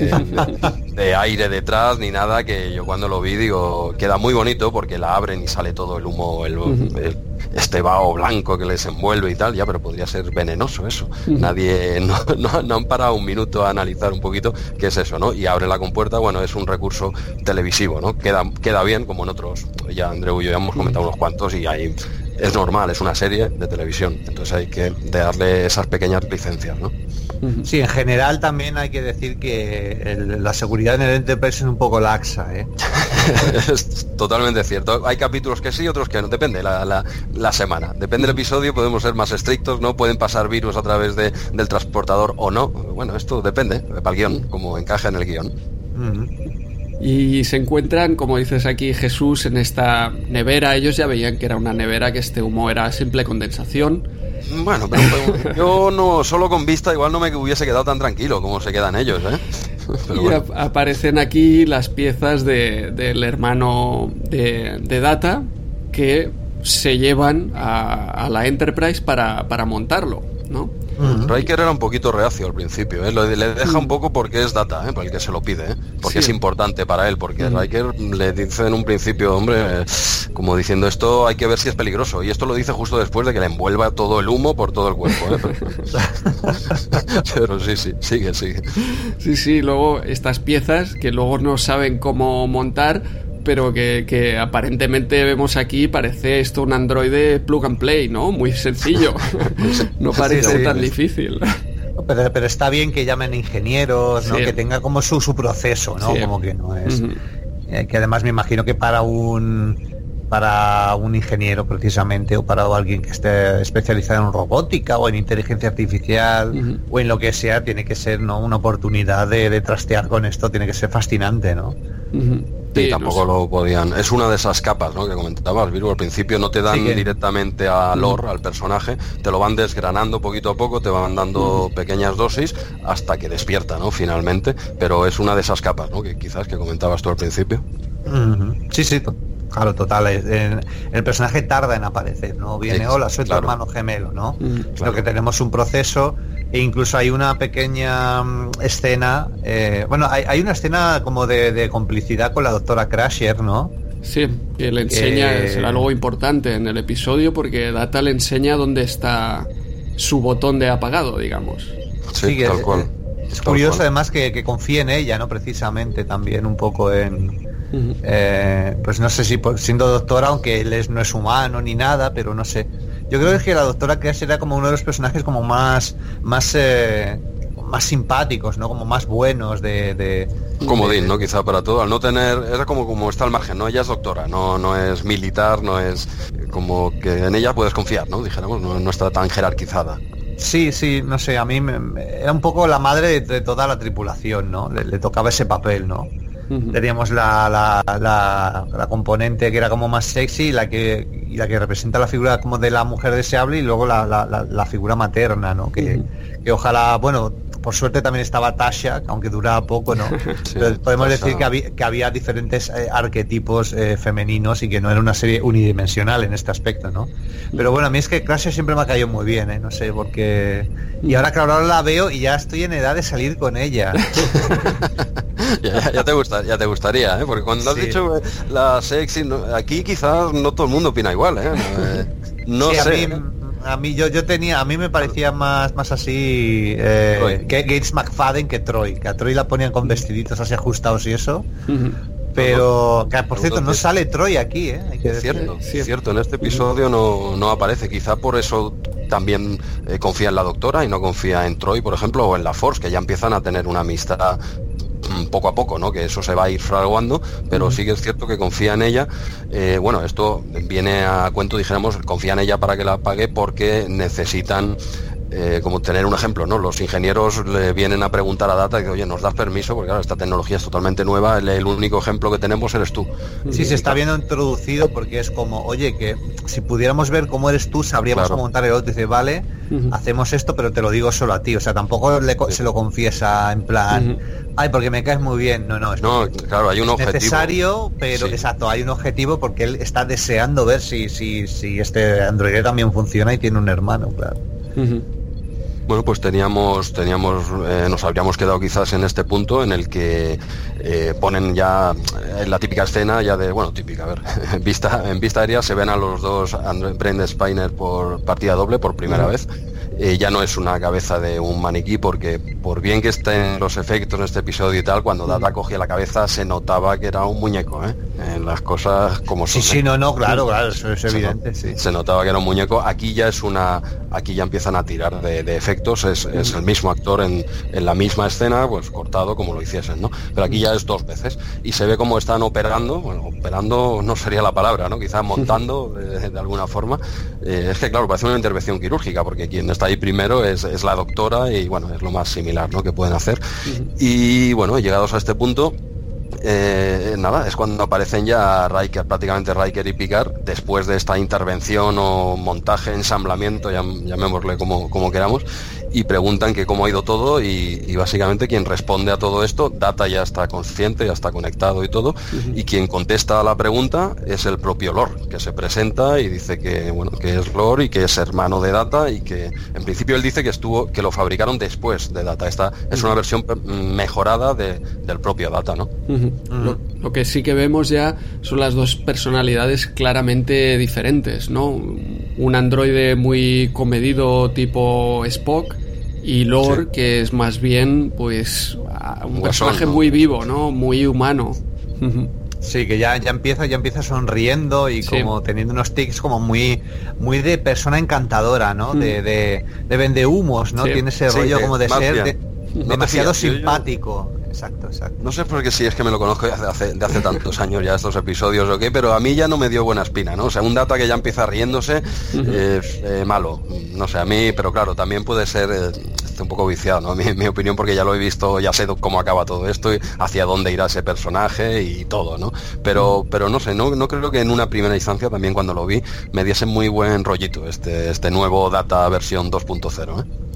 de aire detrás ni nada, que yo cuando lo vi digo, queda muy bonito porque la abren y sale todo el humo, este vaho blanco que les envuelve y tal, ya, pero podría ser venenoso eso. Nadie, no han parado un minuto a analizar un poquito qué es eso, ¿no? Y abre la compuerta, bueno, es un recurso televisivo, ¿no? Queda bien, como en otros, ya Andreu y yo ya hemos comentado unos cuantos, y ahí es normal, es una serie de televisión, entonces hay que darle esas pequeñas licencias, ¿no?
Sí, en general también hay que decir que la seguridad en el Enterprise es un poco laxa, ¿eh?
Es totalmente cierto. Hay capítulos que sí, otros que no. Depende la semana. Depende del episodio, podemos ser más estrictos, ¿no? Pueden pasar virus a través del transportador o no. Bueno, esto depende, para el guión, como encaja en el guión.
Y se encuentran, como dices aquí, Jesús, en esta nevera. Ellos ya veían que era una nevera, que este humo era simple condensación.
Bueno, pero yo no, solo con vista igual no me hubiese quedado tan tranquilo como se quedan ellos, ¿eh? Pero
y bueno, aparecen aquí las piezas del hermano de Data, que se llevan a la Enterprise para montarlo, ¿no?
Riker era un poquito reacio al principio, ¿eh? Le deja un poco porque es Data, por el que se lo pide, porque es importante para él, porque Riker le dice en un principio, hombre, como diciendo, esto hay que ver si es peligroso, y esto lo dice justo después de que le envuelva todo el humo por todo el cuerpo, pero sí, sigue.
Sí, luego estas piezas que luego no saben cómo montar, pero que aparentemente vemos aquí, parece esto un androide plug and play, ¿no? Muy sencillo. No parece tan difícil.
Pero está bien que llamen ingenieros, ¿no? Que tenga como su proceso, ¿no? Sí. Como que no es... que además me imagino que para un ingeniero precisamente, o para alguien que esté especializado en robótica o en inteligencia artificial o en lo que sea, tiene que ser, ¿no?, una oportunidad de trastear con esto, tiene que ser fascinante, ¿no?
Sí, tampoco lo podían. Es una de esas capas, ¿no?, que comentabas, Viru. Al principio no te dan directamente a lore, al personaje, te lo van desgranando poquito a poco, te van dando pequeñas dosis hasta que despierta, ¿no?, finalmente. Pero es una de esas capas, ¿no?, que quizás que comentabas tú al principio.
Sí, Claro, total. El personaje tarda en aparecer, ¿no? Viene, hola, soy tu hermano gemelo, ¿no? Sino que tenemos un proceso e incluso hay una pequeña escena, hay una escena como de complicidad con la doctora Crusher, ¿no?
Sí, que le enseña, será algo importante en el episodio porque Data le enseña dónde está su botón de apagado, digamos.
Sí, tal cual.
Es curioso además que confíe en ella, ¿no? Precisamente también un poco en... pues no sé si siendo doctora, aunque él no es humano ni nada, pero no sé. Yo creo que la doctora Crash era como uno de los personajes como más simpáticos, ¿no? Como más buenos
comodín, ¿no? Quizá para todo, al no tener, era como está al margen, ¿no? Ella es doctora, no es militar, no es como que en ella puedes confiar, ¿no? Dijéramos, no está tan jerarquizada.
Sí, no sé, a mí era un poco la madre de toda la tripulación, ¿no? Le tocaba ese papel, ¿no? Teníamos la componente que era como más sexy y la que representa la figura como de la mujer deseable y luego la figura materna, ¿no? Que ojalá, bueno, por suerte también estaba Tasha, aunque duraba poco, ¿no?
Sí,
pero podemos
Tasha.
decir que había diferentes arquetipos femeninos y que no era una serie unidimensional en este aspecto, ¿no? Pero bueno, a mí es que Crusher siempre me ha caído muy bien, ¿eh? No sé por qué. Y ahora que ahora la veo y ya estoy en edad de salir con ella.
ya te gustaría, ¿eh? Porque cuando has dicho la sexy, aquí quizás no todo el mundo opina igual, ¿eh? No sé.
A mí a mí me parecía más así que Gates McFadden que Troy, que a Troy la ponían con vestiditos así ajustados y eso. Pero que, por cierto, no sale Troy aquí, ¿eh? Hay que
decirlo. Cierto, en este episodio no aparece, quizá por eso también confía en la doctora y no confía en Troy, por ejemplo, o en la Force, que ya empiezan a tener una amistad poco a poco, ¿no? Que eso se va a ir fraguando, pero sí que es cierto que confía en ella. Bueno, esto viene a cuento, dijéramos, confía en ella para que la pague porque necesitan como tener un ejemplo, ¿no? Los ingenieros le vienen a preguntar a Data que, oye, ¿nos das permiso? Porque claro, esta tecnología es totalmente nueva, el único ejemplo que tenemos eres tú.
Sí, se está viendo introducido porque es como, oye, que si pudiéramos ver cómo eres tú, sabríamos cómo montar el otro. Dice, vale, hacemos esto, pero te lo digo solo a ti. O sea, tampoco se lo confiesa en plan, ay, porque me caes muy bien. No,
claro, hay un objetivo
necesario, pero exacto, hay un objetivo porque él está deseando ver si este androide también funciona y tiene un hermano, claro.
Bueno, pues nos habríamos quedado quizás en este punto en el que ponen ya la típica escena ya de, bueno, típica, a ver, en vista aérea se ven a los dos Brent Spiner por partida doble por primera vez. Ya no es una cabeza de un maniquí porque por bien que estén los efectos en este episodio y tal, cuando Data cogía la cabeza se notaba que era un muñeco, en las cosas como son.
Sí, claro, eso es evidente, sí.
Se notaba que era un muñeco. Aquí ya empiezan a tirar de efectos, es el mismo actor en la misma escena, pues cortado como lo hiciesen, ¿no? Pero aquí ya es dos veces y se ve cómo están operando no sería la palabra, ¿no? Quizás montando de alguna forma. Es que claro, parece una intervención quirúrgica porque quien está ahí primero es la doctora y bueno, es lo más similar, ¿no? Que pueden hacer. Y bueno, llegados a este punto, es cuando aparecen ya prácticamente Riker y Picard, después de esta intervención o montaje, ensamblamiento, llamémosle como queramos, y preguntan que cómo ha ido todo y básicamente quien responde a todo esto, Data ya está consciente, ya está conectado y todo, y quien contesta a la pregunta es el propio Lord, que se presenta y dice que es Lord y que es hermano de Data y que en principio él dice que lo fabricaron después de Data. Esta es una versión mejorada del propio Data, ¿no?
Lo que sí que vemos ya son las dos personalidades claramente diferentes, ¿no? Un androide muy comedido tipo Spock y Lord, que es más bien pues un personaje muy vivo, ¿no? Muy humano.
Sí, que ya empieza sonriendo y como teniendo unos tics como muy de persona encantadora, ¿no? De vendehumos, ¿no? Tiene ese rollo como de ser demasiado simpático. Exacto.
No sé por qué si es que me lo conozco de hace tantos años ya estos episodios, ¿ok? Pero a mí ya no me dio buena espina, ¿no? O sea, un Data que ya empieza riéndose, malo. No sé, a mí, pero claro, también puede ser un poco viciado, ¿no? Mi opinión, porque ya lo he visto, ya sé cómo acaba todo esto y hacia dónde irá ese personaje y todo, ¿no? Pero no sé, no creo que en una primera instancia, también cuando lo vi, me diese muy buen rollito este nuevo Data versión 2.0, ¿eh?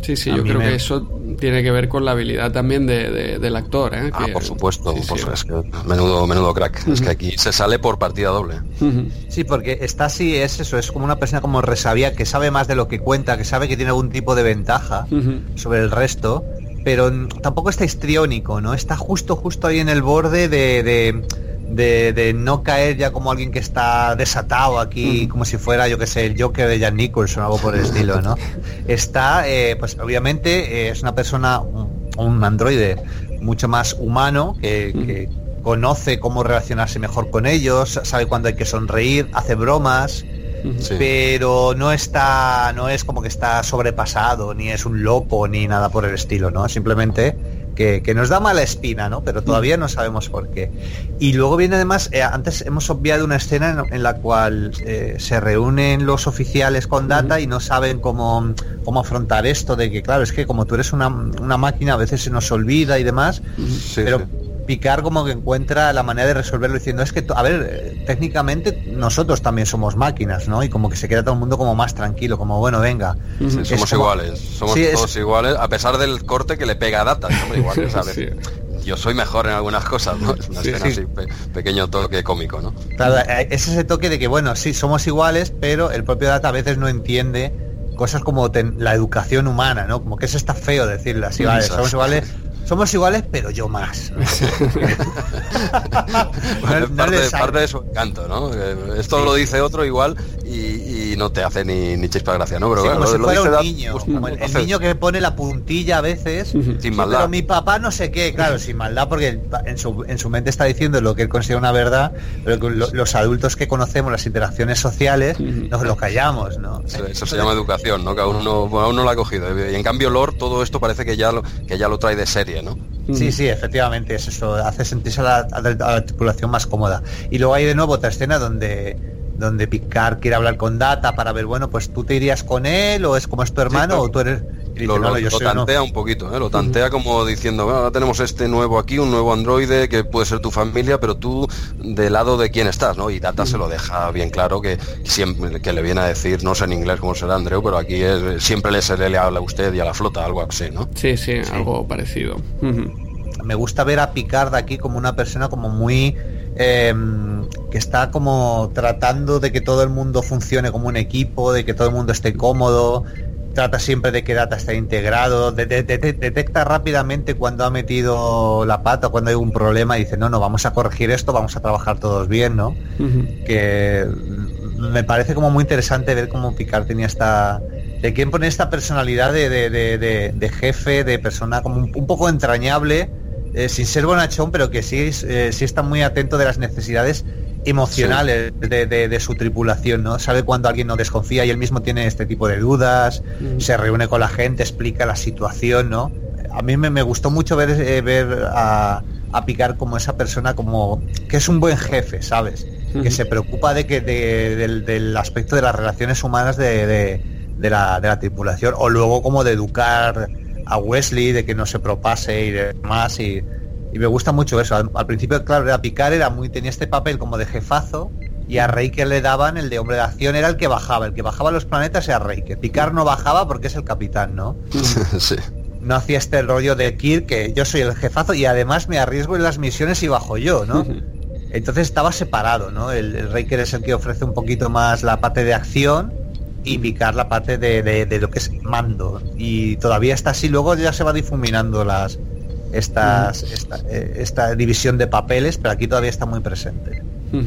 Sí, yo creo que eso tiene que ver con la habilidad también del actor, ¿eh?
Por supuesto, es que menudo crack. Es que aquí se sale por partida doble.
Sí, porque está así, es como una persona como resabia, que sabe más de lo que cuenta, que sabe que tiene algún tipo de ventaja sobre el resto, pero tampoco está histriónico, ¿no? Está justo ahí en el borde de no caer ya como alguien que está desatado aquí, como si fuera, yo que sé, el Joker de Jack Nicholson o algo por el estilo, ¿no? Está, pues obviamente es una persona, un androide mucho más humano, que conoce cómo relacionarse mejor con ellos, sabe cuándo hay que sonreír, hace bromas, pero no es como que está sobrepasado, ni es un loco, ni nada por el estilo, ¿no? Simplemente que nos da mala espina, ¿no? Pero todavía no sabemos por qué. Y luego viene además, antes hemos obviado una escena en la cual se reúnen los oficiales con Data y no saben cómo afrontar esto de que, claro, es que como tú eres una máquina, a veces se nos olvida y demás, pero Picard como que encuentra la manera de resolverlo diciendo, es que, a ver, técnicamente nosotros también somos máquinas, ¿no? Y como que se queda todo el mundo como más tranquilo, como, bueno, venga.
Somos iguales, todos iguales, a pesar del corte que le pega a Data, somos iguales, ¿sabes? Yo soy mejor en algunas cosas, ¿no? Es una escena así, pequeño toque cómico, ¿no?
Claro, es ese toque de que, bueno, sí, somos iguales, pero el propio Data a veces no entiende cosas como la educación humana, ¿no? Como que eso está feo decirlo así, vale, somos iguales, pero yo más.
Parte de su encanto, ¿no? Esto lo dice otro igual y no te hace ni chispa gracia, ¿no? Pero
como
si
fuera un niño, como el niño que pone la puntilla a veces,
sin maldad.
Pero mi papá no sé qué, claro, sin maldad, porque en su mente está diciendo lo que él considera una verdad, pero los adultos que conocemos las interacciones sociales nos lo callamos, ¿no?
Eso se llama educación, ¿no? Que aún no lo ha cogido. Y en cambio Lord, todo esto parece que ya lo trae de serie, ¿no?
Sí, efectivamente, es eso, hace sentirse a la tripulación más cómoda. Y luego hay de nuevo otra escena donde Picard quiere hablar con Data para ver, bueno, pues tú te irías con él, o es como es tu hermano, o tú eres...
Lo tantea un poquito, lo tantea como diciendo, ahora tenemos un nuevo androide que puede ser tu familia, pero tú del lado de quién estás, ¿no? Y Data se lo deja bien claro, que siempre que le viene a decir, no sé en inglés cómo será Andreu, pero aquí siempre se le habla a usted y a la flota, algo así, ¿no?
Sí, algo parecido.
Me gusta ver a Picard aquí como una persona como muy... que está como tratando de que todo el mundo funcione como un equipo, de que todo el mundo esté cómodo, trata siempre de que Data esté integrado, detecta rápidamente cuando ha metido la pata, cuando hay un problema, y dice, no, vamos a corregir esto, vamos a trabajar todos bien, ¿no? Que me parece como muy interesante ver cómo Picard tenía de quién pone esta personalidad de jefe, de persona como un poco entrañable, sin ser bonachón, pero que sí está muy atento de las necesidades emocionales de su tripulación, ¿no? Sabe cuando alguien no desconfía y él mismo tiene este tipo de dudas, se reúne con la gente, explica la situación, ¿no? A mí me gustó mucho ver a Picard como esa persona, como que es un buen jefe, ¿sabes? Que se preocupa del aspecto de las relaciones humanas de la tripulación, o luego como de educar a Wesley, de que no se propase y demás, y me gusta mucho eso. Al principio, claro, Picard tenía este papel como de jefazo, y a Riker le daban el de hombre de acción, era el que bajaba a los planetas, era Riker. Picard no bajaba porque es el capitán, ¿no?
Sí.
No hacía este rollo de Kirk, que yo soy el jefazo y además me arriesgo en las misiones y bajo yo, ¿no? Entonces estaba separado, ¿no? El Riker es el que ofrece un poquito más la parte de acción, y Picard la parte de lo que es mando, y todavía está así. Luego ya se va difuminando esta división de papeles, pero aquí todavía está muy presente.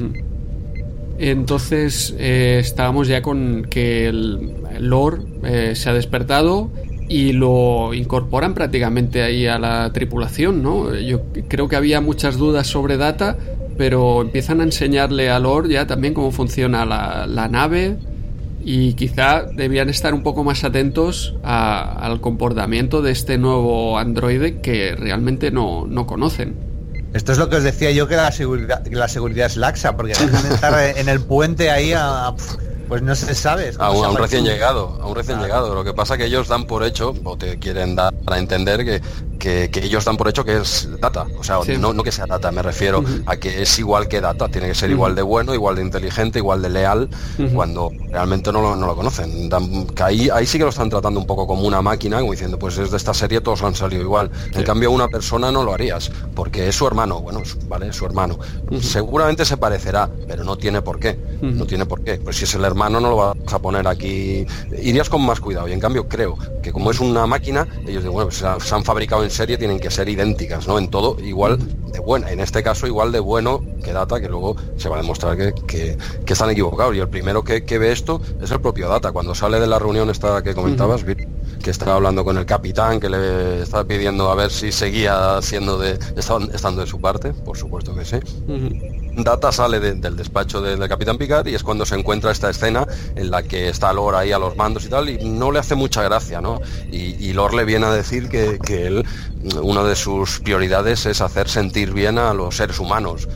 Entonces estábamos ya con que el Lord se ha despertado y lo incorporan prácticamente ahí a la tripulación, ¿no? Yo creo que había muchas dudas sobre Data, pero empiezan a enseñarle a Lord ya también cómo funciona la nave, y quizá debían estar un poco más atentos al comportamiento de este nuevo androide que realmente no conocen.
Esto es lo que os decía yo, que la seguridad es laxa, porque dejan de estar en el puente ahí pues no se sabe.
A un recién llegado. Lo que pasa que ellos dan por hecho, o te quieren dar para entender que ellos dan por hecho que es Data. O sea, sí. no que sea Data, me refiero a que es igual que Data, tiene que ser igual de bueno, igual de inteligente, igual de leal, cuando realmente no lo conocen. Que ahí sí que lo están tratando un poco como una máquina, como diciendo, pues es de esta serie, todos han salido igual. Sí. En cambio, una persona no lo harías, porque es su hermano. Bueno, vale, es su hermano. Seguramente se parecerá, pero no tiene por qué. No tiene por qué. Pues si es el hermano, no lo vas a poner aquí. Irías con más cuidado. Y en cambio, creo que como es una máquina, ellos digo, bueno, pues se han fabricado en serie, tienen que ser idénticas, ¿no? En todo igual de buena, en este caso igual de bueno que Data, que luego se va a demostrar que están equivocados. Y el primero que ve esto es el propio Data, cuando sale de la reunión esta que comentabas, que estaba hablando con el capitán, que le estaba pidiendo a ver si seguía estando de su parte, por supuesto que sí. Data sale del despacho del capitán Picard y es cuando se encuentra esta escena en la que está Lore ahí a los mandos y tal, y no le hace mucha gracia, ¿no? Y Lore le viene a decir que él, una de sus prioridades es hacer sentir bien a los seres humanos.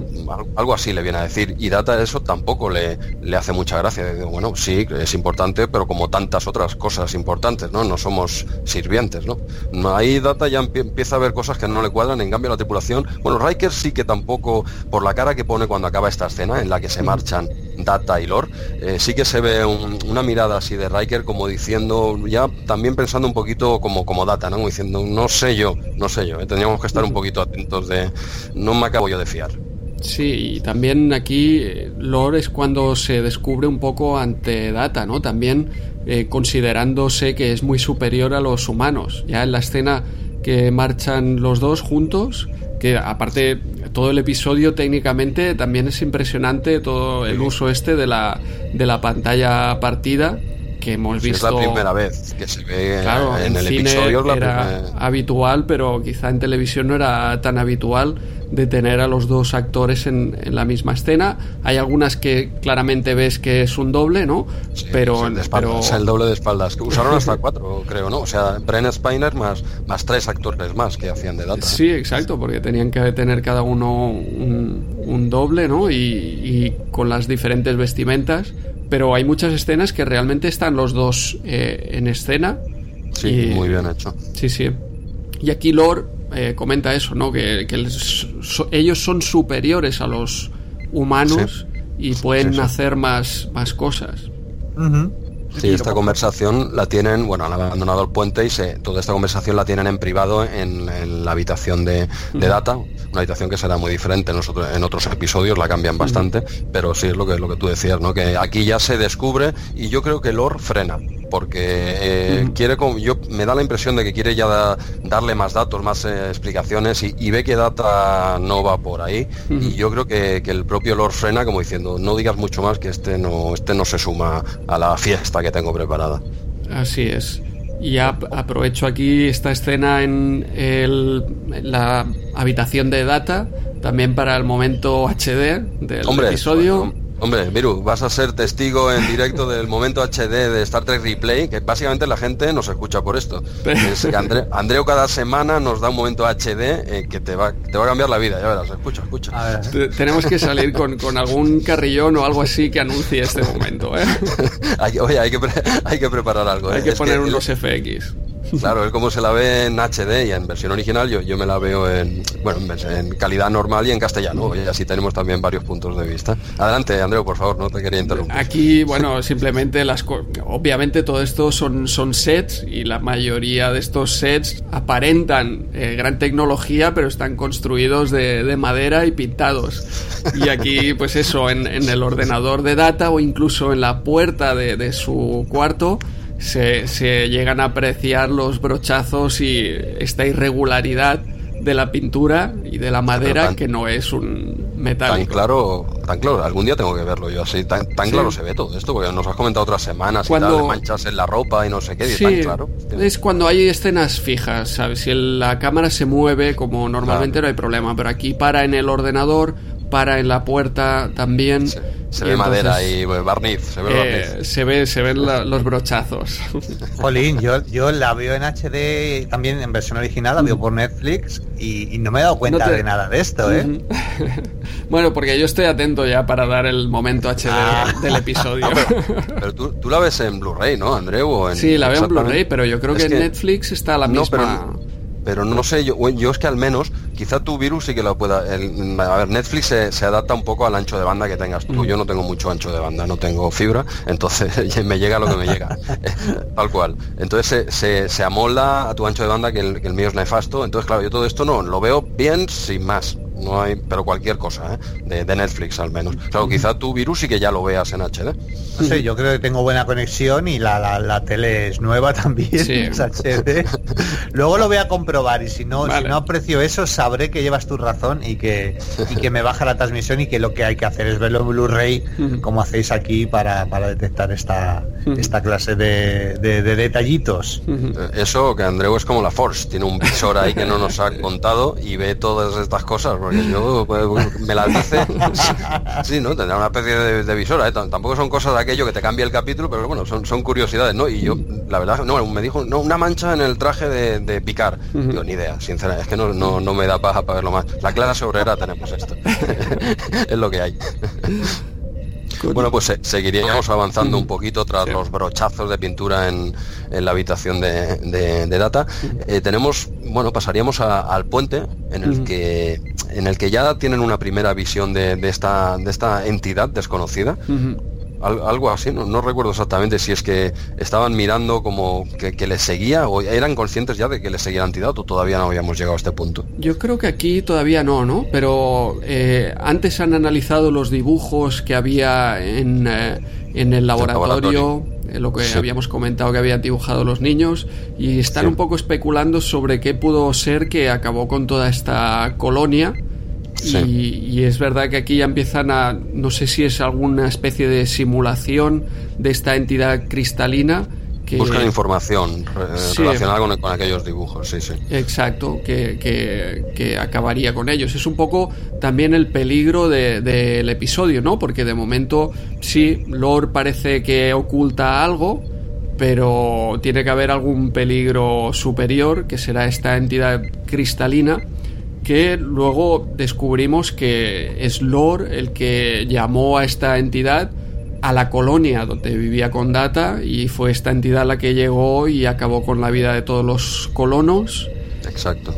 Algo así le viene a decir, y Data eso tampoco le hace mucha gracia. Bueno, sí, es importante, pero como tantas otras cosas importantes, ¿no? No somos sirvientes, ¿no? Ahí Data ya empieza a ver cosas que no le cuadran. En cambio la tripulación, bueno, Riker sí que tampoco, por la cara que pone cuando acaba esta escena en la que se marchan Data y Lore, sí que se ve una mirada así de Riker como diciendo, ya también pensando un poquito como Data, ¿no? Como diciendo, no sé yo, tendríamos que estar un poquito atentos no me acabo yo de fiar.
Sí, y también aquí Lore es cuando se descubre un poco ante Data, ¿no? También considerándose que es muy superior a los humanos. Ya en la escena que marchan los dos juntos, que aparte todo el episodio técnicamente también es impresionante, todo el uso de la pantalla partida que hemos visto.
Es la primera vez que se ve,
claro,
en el
cine
episodio.
Era habitual, pero quizá en televisión no era tan habitual de tener a los dos actores en la misma escena. Hay algunas que claramente ves que es un doble, ¿no?
Sí, pero es el doble de espaldas. Que usaron hasta 4, creo, ¿no? O sea, Brent Spiner más 3 actores más que hacían de Data.
Sí, exacto, porque tenían que tener cada uno un doble, ¿no? Y con las diferentes vestimentas. Pero hay muchas escenas que realmente están los dos en escena.
Sí, muy bien hecho.
Sí. Y aquí Lore comenta eso, ¿no? Que ellos son superiores a los humanos, y pueden hacer más cosas.
Sí, esta conversación la tienen, bueno, han abandonado el puente y toda esta conversación la tienen en privado en la habitación de Data, una habitación que será muy diferente en otros episodios, la cambian bastante, pero sí es lo que tú decías, ¿no? Que aquí ya se descubre, y yo creo que Lore frena, porque me da la impresión de que quiere ya darle más datos, más explicaciones, y ve que Data no va por ahí, y yo creo que el propio Lore frena como diciendo, no digas mucho más, que este no se suma a la fiesta que tengo preparada.
Así es. Y ya aprovecho aquí esta escena en la habitación de Data, también para el momento HD del episodio.
Hombre, Viru, vas a ser testigo en directo del momento HD de Star Trek Replay, que básicamente la gente nos escucha por esto. Es que Andreu cada semana nos da un momento HD que te va a cambiar la vida, ya verás, escucha.
Tenemos que salir con algún carrillón o algo así que anuncie este momento, ¿eh?
hay que preparar algo.
Hay que poner unos FX.
Claro, es como se la ve en HD y en versión original. Yo me la veo en calidad normal y en castellano, y así tenemos también varios puntos de vista. Adelante, Andreu, por favor, no te quería interrumpir.
Aquí, bueno, simplemente obviamente todo esto son sets, y la mayoría de estos sets aparentan gran tecnología, pero están construidos de madera y pintados. Y aquí, pues eso, en el ordenador de Data, o incluso en la puerta de su cuarto, se llegan a apreciar los brochazos y esta irregularidad de la pintura y de la madera, que no es un metálico.
Tan claro, algún día tengo que verlo yo así, tan claro se ve todo esto, porque nos has comentado otras semanas y tal, de manchas en la ropa y no sé qué, y tan claro.
Es cuando hay escenas fijas, ¿sabes? Si la cámara se mueve, como normalmente, no hay problema, pero aquí para en el ordenador, para en la puerta también,
Se ve madera y barniz, se ve el barniz.
Se ven los brochazos.
Jolín, yo la veo en HD, también en versión original, la veo por Netflix y no me he dado cuenta de nada de esto, ¿eh?
Bueno, porque yo estoy atento ya para dar el momento HD del episodio.
Pero tú la ves en Blu-ray, ¿no, Andreu?
Sí, la veo en Blu-ray, pero yo creo que en Netflix está la misma...
Pero no sé, yo es que al menos, quizá tu virus sí que lo pueda... a ver, Netflix se adapta un poco al ancho de banda que tengas tú. Yo no tengo mucho ancho de banda, no tengo fibra, entonces me llega lo que me llega. Tal cual. Entonces se amolda a tu ancho de banda, que el mío es nefasto. Entonces, claro, yo todo esto no lo veo bien sin más. No hay, pero cualquier cosa, de Netflix al menos. Claro, quizá tu virus sí que ya lo veas en HD.
No sé, yo creo que tengo buena conexión y la tele es nueva también, sí. Es HD. Luego lo voy a comprobar y si no aprecio eso, sabré que llevas tu razón y que me baja la transmisión y que lo que hay que hacer es verlo en Blu-ray, como hacéis aquí para detectar esta clase de detallitos.
Eso, que Andreu es como la Force, tiene un visor ahí que no nos ha contado y ve todas estas cosas, porque yo me las dice. Sí, ¿no? Tendrá una especie de visora, tampoco son cosas de aquello que te cambie el capítulo, pero bueno, son curiosidades, ¿no? Y yo, la verdad, me dijo, una mancha en el traje de Picard. Digo, ni idea, sinceramente, es que no me da paja para verlo más. La clase obrera tenemos esto. Es lo que hay. Bueno, pues seguiríamos avanzando un poquito tras los brochazos de pintura en la habitación de Data. Pasaríamos al puente en el que ya tienen una primera visión de esta entidad desconocida. Algo así, no recuerdo exactamente si es que estaban mirando como que les seguía o eran conscientes ya de que les seguía la entidad, o todavía no habíamos llegado a este punto.
Yo creo que aquí todavía no, pero antes han analizado los dibujos que había en el laboratorio. Lo que habíamos comentado que habían dibujado los niños, y están un poco especulando sobre qué pudo ser que acabó con toda esta colonia. Y es verdad que aquí ya empiezan no sé si es alguna especie de simulación de esta entidad cristalina que
buscan información relacionada con aquellos dibujos. Sí.
Exacto, que acabaría con ellos. Es un poco también el peligro del episodio, ¿no? Porque de momento sí, Lore parece que oculta algo, pero tiene que haber algún peligro superior, que será esta entidad cristalina, que luego descubrimos que es Lore el que llamó a esta entidad a la colonia donde vivía con Data, y fue esta entidad la que llegó y acabó con la vida de todos los colonos.
Exacto.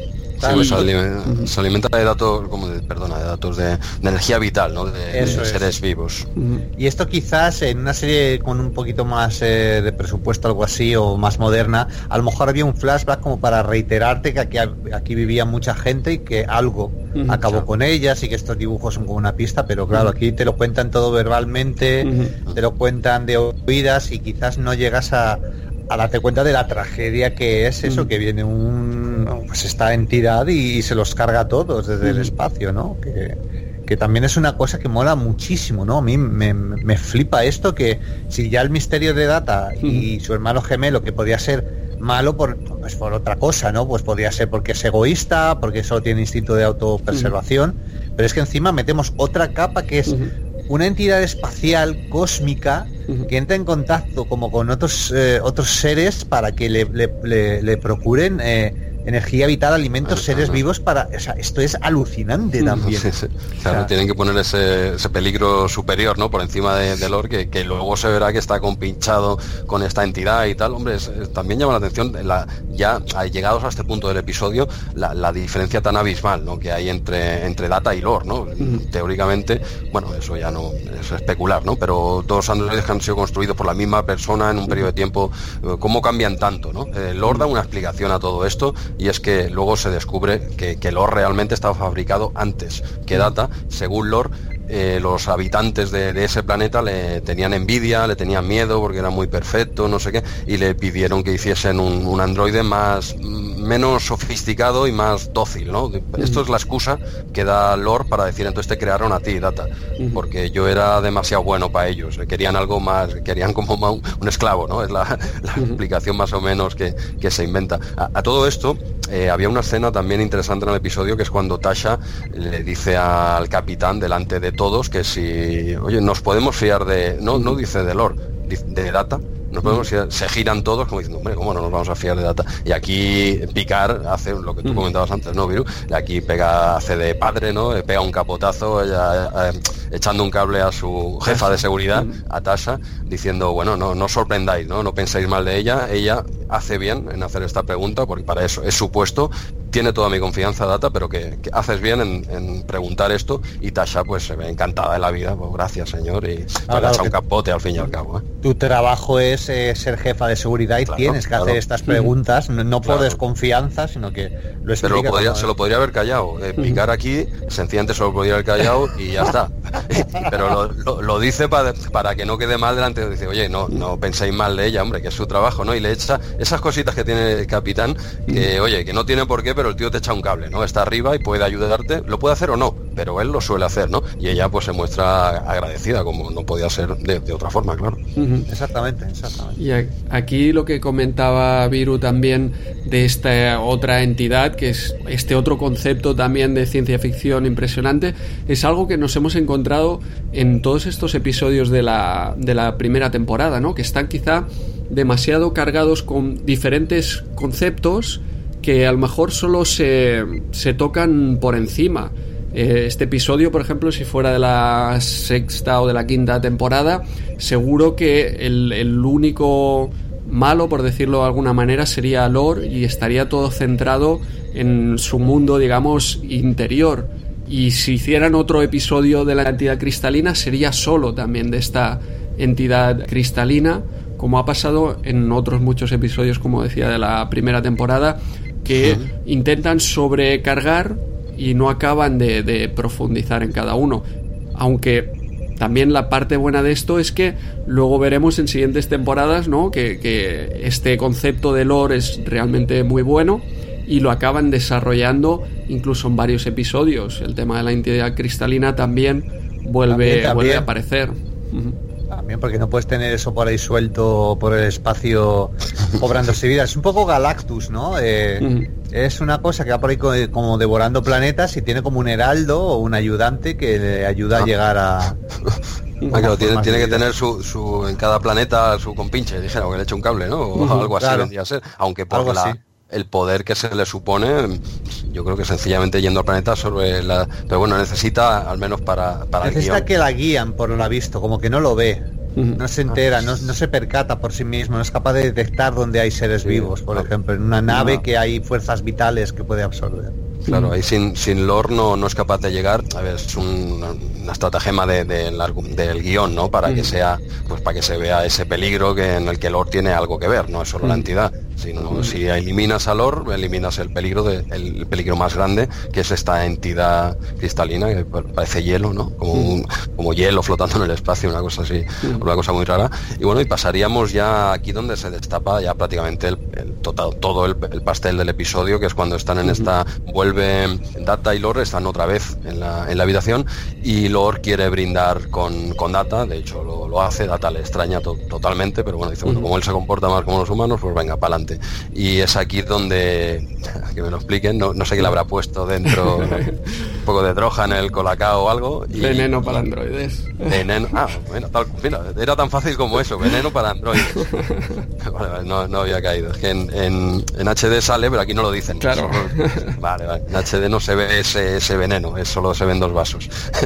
Se alimenta de datos, de energía vital, ¿no? De seres vivos.
Y esto quizás en una serie con un poquito más de presupuesto, algo así, o más moderna, a lo mejor había un flashback como para reiterarte que aquí vivía mucha gente y que algo acabó con ellas, y que estos dibujos son como una pista, pero claro, aquí te lo cuentan todo verbalmente, te lo cuentan de oídas, y quizás no llegas a darte cuenta de la tragedia que es eso, que viene esta entidad y se los carga a todos desde el espacio, ¿no? Que también es una cosa que mola muchísimo, ¿no? A mí me flipa esto, que si ya el misterio de Data y su hermano gemelo, que podía ser malo por otra cosa, ¿no? Pues podría ser porque es egoísta, porque solo tiene instinto de autopreservación, pero es que encima metemos otra capa que es una entidad espacial cósmica que entra en contacto como con otros seres para que le procuren energía vital, alimentos, seres vivos esto es alucinante también.
Sí. Claro, tienen que poner ese peligro superior, ¿no? Por encima de Lore, que luego se verá que está compinchado con esta entidad y tal. Hombre, también llama la atención ya llegados a este punto del episodio la diferencia tan abismal, ¿no? Que hay entre Data y Lore, ¿no? Teóricamente, bueno, eso ya no es especular, ¿no? Pero dos androides que han sido construidos por la misma persona en un periodo de tiempo, ¿cómo cambian tanto, no? Lore da una explicación a todo esto, y es que luego se descubre que Lore realmente estaba fabricado antes que Data. Según Lore, los habitantes de ese planeta le tenían envidia, le tenían miedo porque era muy perfecto, no sé qué, y le pidieron que hiciesen un androide menos sofisticado y más dócil, ¿no? Esto es la excusa que da Lore para decir, entonces te crearon a ti, Data, porque yo era demasiado bueno para ellos, querían algo más, querían como un esclavo, ¿no? Es la explicación más o menos que se inventa. A todo esto, había una escena también interesante en el episodio, que es cuando Tasha le dice al capitán delante de todos que si, oye, nos podemos fiar de, no dice de Lord, de Data, nos podemos fiar, se giran todos como diciendo, hombre, ¿cómo no nos vamos a fiar de Data? Y aquí Picard hace lo que tú comentabas antes, ¿no, Viru? Aquí hace de padre, ¿no? Pega un capotazo echando un cable a su jefa de seguridad, a Tasha, diciendo, bueno, no os sorprendáis, no penséis mal de ella hace bien en hacer esta pregunta, porque para eso es su puesto, tiene toda mi confianza, Data, pero que haces bien en preguntar esto, y Tasha pues se ve encantada de la vida, pues gracias, señor, y le echa un capote al fin y al cabo.
Tu trabajo es ser jefa de seguridad y tienes que hacer estas preguntas, no por desconfianza, sino que lo explica.
Pero se lo podría haber callado. Picar aquí, sencillamente se lo podría haber callado y ya está. Pero lo dice para que no quede mal delante. Dice, oye, no penséis mal de ella, hombre, que es su trabajo, ¿no? Y le echa esas cositas que tiene el capitán, que, oye, que no tiene por qué, pero el tío te echa un cable, ¿no? Está arriba y puede ayudarte, lo puede hacer o no, pero él lo suele hacer, ¿no? Y ella pues se muestra agradecida, como no podía ser de otra forma, claro.
Exactamente.
Y aquí lo que comentaba Viru también de esta otra entidad, que es este otro concepto también de ciencia ficción impresionante, es algo que nos hemos encontrado en todos estos episodios de la primera temporada, ¿no? Que están quizá demasiado cargados con diferentes conceptos que a lo mejor solo se tocan por encima. Este episodio, por ejemplo, si fuera de la sexta o de la quinta temporada, seguro que el único malo, por decirlo de alguna manera, sería Lore, y estaría todo centrado en su mundo, digamos, interior. Y si hicieran otro episodio de la entidad cristalina, sería solo también de esta entidad cristalina, como ha pasado en otros muchos episodios, como decía, de la primera temporada, que intentan sobrecargar y no acaban de profundizar en cada uno. Aunque también la parte buena de esto es que luego veremos en siguientes temporadas, ¿no? que este concepto de lore es realmente muy bueno y lo acaban desarrollando incluso en varios episodios. El tema de la entidad cristalina también vuelve a aparecer.
También, porque no puedes tener eso por ahí suelto por el espacio cobrándose vida. Es un poco Galactus, ¿no? Es una cosa que va por ahí como devorando planetas y tiene como un heraldo o un ayudante que le ayuda a llegar a...
Claro, tiene que tener su en cada planeta su compinche, dijeron, que le eche un cable, ¿no? O algo así, claro. Vendría a ser. Aunque por el poder que se le supone, yo creo que sencillamente yendo al planeta sobre la... Pero bueno, necesita, al menos para
necesita el guión, que la guían, por lo visto, como que no lo ve. No se entera, no se percata por sí mismo, no es capaz de detectar dónde hay seres vivos, por ejemplo, en una nave que hay fuerzas vitales que puede absorber.
Claro, ahí sin Lore no es capaz de llegar. A ver, es una estratagema del guión, ¿no? Para que sea, pues para que se vea ese peligro en el que Lore tiene algo que ver, no es solo la entidad. Sino, si eliminas a Lore, eliminas el peligro más grande, que es esta entidad cristalina que parece hielo, ¿no? Como hielo flotando en el espacio, una cosa así, una cosa muy rara. Y bueno, y pasaríamos ya aquí donde se destapa ya prácticamente todo el pastel del episodio, que es cuando están en esta... Vuelve Data y Lore, están otra vez en la habitación, y Lore quiere brindar con Data. De hecho lo hace. Data le extraña totalmente, pero bueno, dice, bueno, como él se comporta más como los humanos, pues venga, pa'lante. Y es aquí donde, que me lo expliquen, no sé qué le habrá puesto dentro, un poco de droga en el colacao o algo.
Veneno para androides.
Veneno, mira, era tan fácil como eso, veneno para androides. Vale, no había caído. Es que en HD sale, pero aquí no lo dicen.
Claro.
Vale. En HD no se ve ese veneno, solo se ven 2 vasos.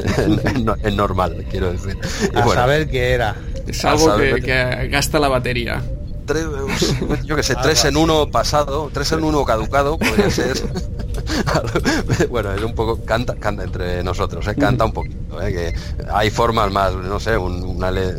Es normal, quiero decir.
Y bueno, saber qué era.
Es algo que gasta la batería.
Yo que sé, 3 en 1 pasado, 3 en 1 caducado, podría ser. Bueno, es un poco, canta entre nosotros, canta un poquito, que hay formas más, no sé, un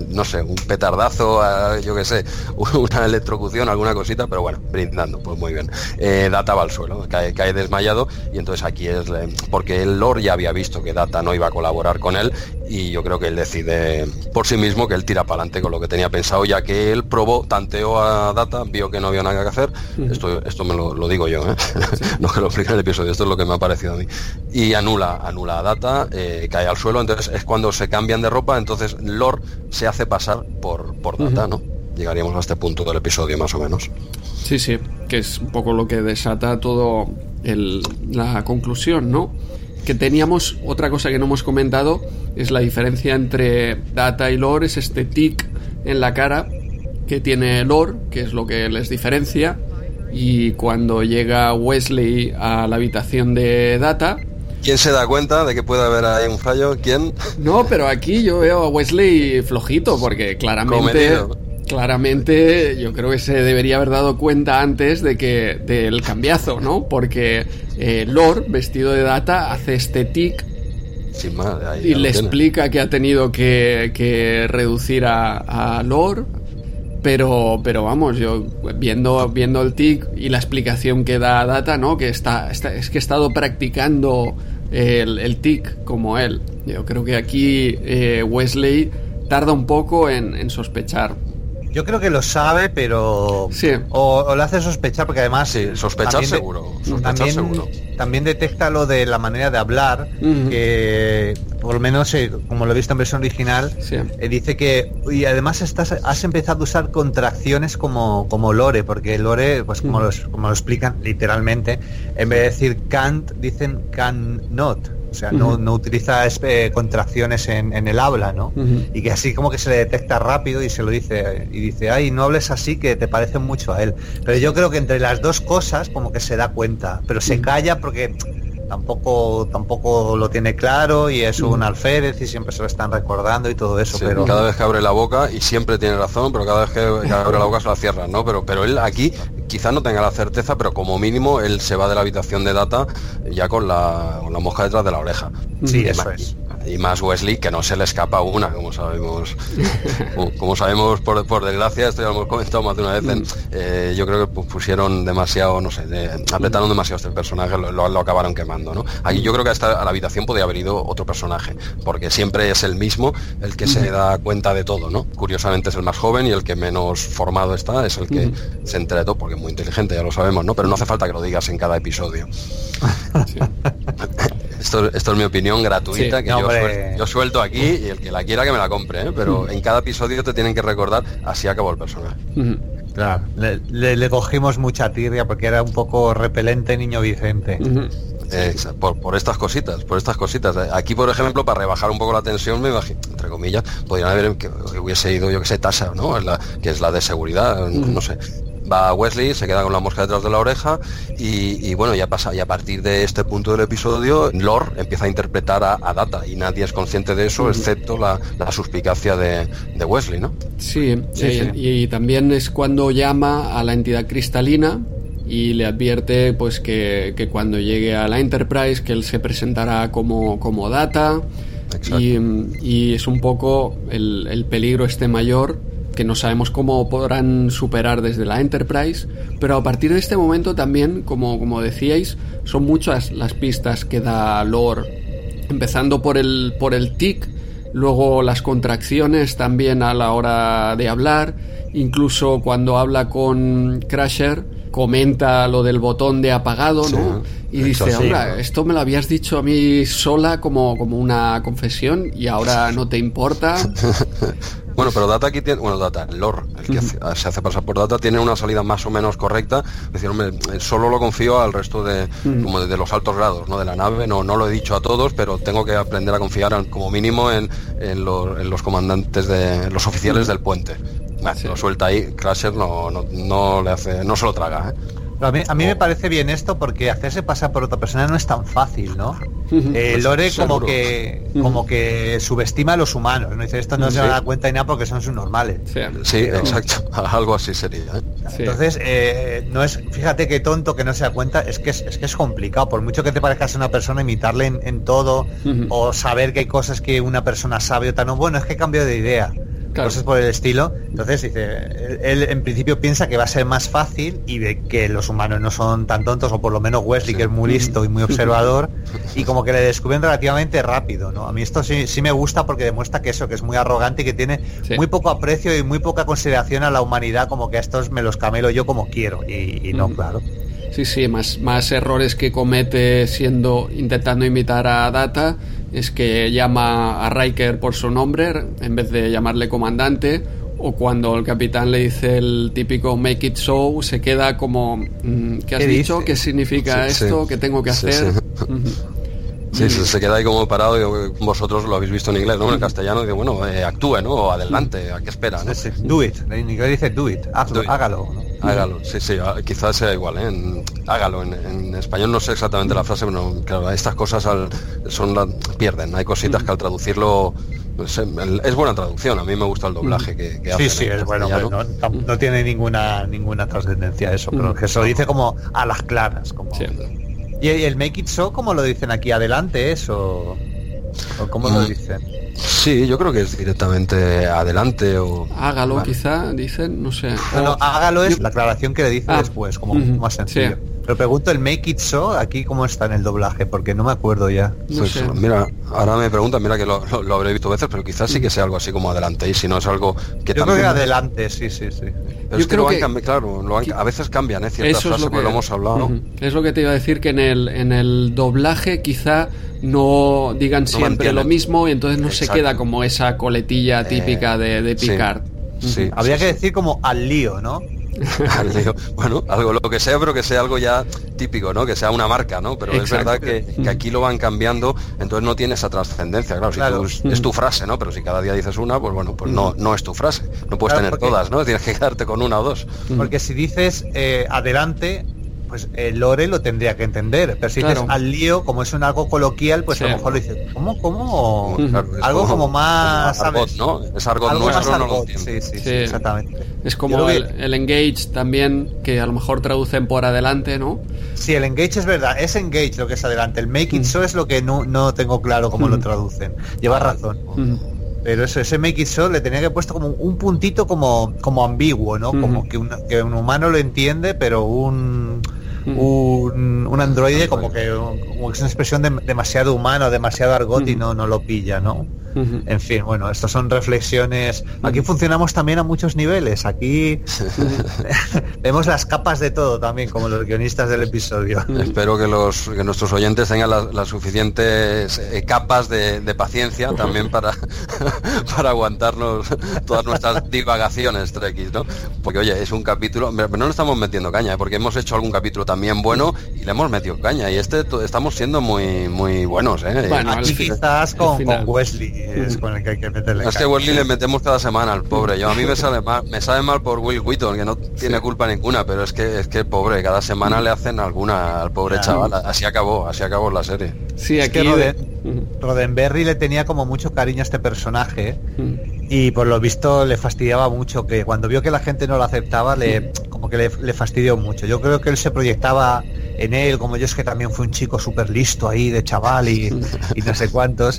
petardazo, yo que sé, una electrocución, alguna cosita, pero bueno, brindando, pues muy bien. Data va al suelo, cae desmayado, y entonces aquí es porque el Lore ya había visto que Data no iba a colaborar con él, y yo creo que él decide por sí mismo que él tira para adelante con lo que tenía pensado, ya que él tanteó a Data, vio que no había nada que hacer. Esto me lo digo yo, no que lo explique en el episodio, esto es lo que me ha parecido a mí, y anula a Data, cae al suelo. Entonces es cuando se cambian de ropa, entonces Lore se hace pasar por Data, ¿no? Llegaríamos a este punto del episodio más o menos.
Sí. que es un poco lo que desata todo la conclusión, ¿no? Que teníamos, otra cosa que no hemos comentado, es la diferencia entre Data y Lore, es este tic en la cara que tiene Lore, que es lo que les diferencia, y cuando llega Wesley a la habitación de Data...
¿Quién se da cuenta de que puede haber ahí un fallo? ¿Quién?
No, pero aquí yo veo a Wesley flojito, porque claramente yo creo que se debería haber dado cuenta antes del cambiazo, ¿no? Porque Lore, vestido de Data, hace este tic
sin más,
y le explica que ha tenido que reducir a Lore, pero vamos, yo viendo el tic y la explicación que da Data, ¿no? Que es que he estado practicando el tic como él. Yo creo que aquí Wesley tarda un poco en sospechar.
Yo creo que lo sabe, pero...
Sí.
O le hace sospechar, porque además...
Sí, sospechar seguro.
También detecta lo de la manera de hablar, que por lo menos, como lo he visto en versión original,
sí.
Dice que... Y además has empezado a usar contracciones como Lore, porque Lore, pues como lo explican literalmente, en vez de decir can't, dicen cannot. O sea, no utiliza contracciones en el habla, ¿no? Y que así como que se le detecta rápido y se lo dice, y dice, ay, no hables así, que te parece mucho a él. Pero yo creo que entre las dos cosas como que se da cuenta, pero se calla porque tampoco lo tiene claro y es un alférez y siempre se lo están recordando y todo eso.
Sí,
pero
cada vez que abre la boca, y siempre tiene razón, pero cada vez que abre la boca se la cierra, ¿no? Pero él aquí quizás no tenga la certeza, pero como mínimo él se va de la habitación de Data ya con la mosca detrás de la oreja.
Sí, eso es.
Y más Wesley, que no se le escapa una, como sabemos por desgracia, esto ya lo hemos comentado más de una vez. Yo creo que pusieron demasiado, no sé, apretaron demasiado este personaje, lo acabaron quemando, ¿no? Aquí yo creo que hasta a la habitación podía haber ido otro personaje, porque siempre es el mismo el que se da cuenta de todo, ¿no? Curiosamente es el más joven y el que menos formado está es el que se entera de todo, porque es muy inteligente, ya lo sabemos, ¿no? Pero no hace falta que lo digas en cada episodio. Sí. Esto es mi opinión gratuita, sí, que yo suelto aquí, y el que la quiera que me la compre, ¿eh? Pero en cada episodio te tienen que recordar, así acabó el personaje.
Claro, le cogimos mucha tirria porque era un poco repelente niño Vicente.
Por estas cositas. Aquí, por ejemplo, para rebajar un poco la tensión, me imagino, entre comillas, podrían haber que hubiese ido, yo que sé, Tasha, ¿no? Que es la de seguridad, no sé. Va Wesley, se queda con la mosca detrás de la oreja y bueno, ya pasa, y a partir de este punto del episodio Lore empieza a interpretar a Data y nadie es consciente de eso excepto la suspicacia de Wesley, ¿no?
Sí. Y también es cuando llama a la entidad cristalina y le advierte pues que cuando llegue a la Enterprise que él se presentará como Data. Y es un poco el peligro mayor, que no sabemos cómo podrán superar desde la Enterprise, pero a partir de este momento también, como decíais, son muchas las pistas que da Lore, empezando por el tic, luego las contracciones también a la hora de hablar, incluso cuando habla con Crusher comenta lo del botón de apagado, ¿no? Y dice, ahora, esto me lo habías dicho a mí sola como una confesión y ahora no te importa.
Bueno, pero Data aquí tiene... Bueno, Lore, el que se hace pasar por Data, tiene una salida más o menos correcta. Es decir, hombre, solo lo confío al resto de los altos grados, ¿no? De la nave. No lo he dicho a todos, pero tengo que aprender a confiar como mínimo en los comandantes, de los oficiales del puente. Lo suelta ahí. Crusher no le hace... No se lo traga, ¿eh?
Pero a mí me parece bien esto porque hacerse pasar por otra persona no es tan fácil, ¿no? Lore como que subestima a los humanos, ¿no? Dice, esto no se da cuenta ni nada porque son subnormales.
Sí, exacto. Algo así sería, ¿eh?
Entonces, no es, fíjate qué tonto que no se da cuenta, es que es complicado, por mucho que te parezcas una persona, imitarle en todo, o saber que hay cosas que una persona sabe o tal, no, bueno, es que cambio de idea. Claro. Cosas por el estilo. Entonces dice, él en principio piensa que va a ser más fácil y ve que los humanos no son tan tontos, o por lo menos Wesley, que es muy listo y muy observador, y como que le descubren relativamente rápido, ¿no? A mí esto sí me gusta porque demuestra que es muy arrogante y que tiene muy poco aprecio y muy poca consideración a la humanidad, como que a estos me los camelo yo como quiero, y no, claro.
Sí, más errores que comete intentando imitar a Data es que llama a Riker por su nombre en vez de llamarle comandante, o cuando el capitán le dice el típico make it so, se queda como ¿qué has dicho? ¿Qué significa esto? ¿Qué tengo que hacer?
Sí, se queda ahí como parado, y vosotros lo habéis visto en inglés, ¿no? En castellano dice, bueno, actúe, ¿no? O adelante, ¿a qué espera? ¿no?
Do it, en inglés dice do it, hágalo, ¿no?
Hágalo, sí, quizás sea igual, ¿eh? Hágalo, en español no sé exactamente la frase, pero claro, estas cosas pierden, hay cositas que al traducirlo, pues, es buena traducción, a mí me gusta el doblaje que hace.
Sí, es bueno, no tiene ninguna trascendencia eso, pero que se lo dice como a las claras, como... Sí. ¿Y el make it so cómo lo dicen aquí? ¿Adelante eso? ¿O cómo lo dicen?
Sí, yo creo que es directamente adelante o...
Hágalo, quizá, dicen, no sé.
No, hágalo es la aclaración que le dice después, como más sencillo. Sí. Pero pregunto, el make it so, aquí cómo está en el doblaje, porque no me acuerdo ya.
No sé. Mira, ahora me preguntan, mira que lo habré visto veces, pero quizás sí que sea algo así como adelante, y si no es algo que
yo
también...
creo que adelante, sí.
Pero yo creo que a veces cambian, ciertas frases, porque lo hemos hablado.
Es lo que te iba a decir, que en el doblaje quizá no digan siempre lo mismo, y entonces no se queda como esa coletilla típica de Picard.
Sí,
habría que decir como al lío, ¿no?
Al lío. Bueno, algo lo que sea, pero que sea algo ya típico, ¿no? Que sea una marca, ¿no? Pero es verdad que aquí lo van cambiando, entonces no tiene esa trascendencia. Claro, si es tu frase, ¿no? Pero si cada día dices una, pues bueno, pues no es tu frase. No puedes tener todas, ¿no? Tienes que quedarte con una o dos.
Porque si dices adelante, pues Lore lo tendría que entender, pero si dices al lío, como es un algo coloquial, pues a lo mejor lo dices, ¿cómo?
Claro,
algo como más,
como argot,
¿sabes?
¿no? Es argot
algo
nuestro,
más
no
argot,
lo entiendo.
Sí, exactamente.
Es como el engage también, que a lo mejor traducen por adelante, ¿no?
Sí, el engage es verdad, es engage lo que es adelante, el make it so es lo que no tengo claro cómo lo traducen. Llevas razón. Pero ese make it so le tenía que haber puesto como un puntito como ambiguo, ¿no? Como que un humano lo entiende, pero un androide como que es una expresión demasiado humana, demasiado argot y no lo pilla, ¿no? En fin, bueno, estas son reflexiones. Aquí funcionamos también a muchos niveles. Aquí vemos las capas de todo también, como los guionistas del episodio.
Espero que nuestros oyentes tengan las suficientes capas de paciencia también para aguantarnos todas nuestras divagaciones trekkies, ¿no? Porque oye, es un capítulo, pero no le estamos metiendo caña, porque hemos hecho algún capítulo también bueno y le hemos metido caña, y estamos siendo muy muy buenos, ¿eh?
Bueno, aquí quizás con Wesley es con el que hay que meterle.
Es que Wesley le metemos cada semana al pobre. A mí me sabe mal por Will Wheaton, que no tiene culpa ninguna, pero es que pobre, cada semana le hacen alguna al pobre chaval. Así acabó la serie.
Sí, aquí
Roddenberry le tenía como mucho cariño a este personaje y por lo visto le fastidiaba mucho, que cuando vio que la gente no lo aceptaba como que le fastidió mucho. Yo creo que él se proyectaba en él, como yo es que también fue un chico súper listo ahí de chaval y no sé cuántos,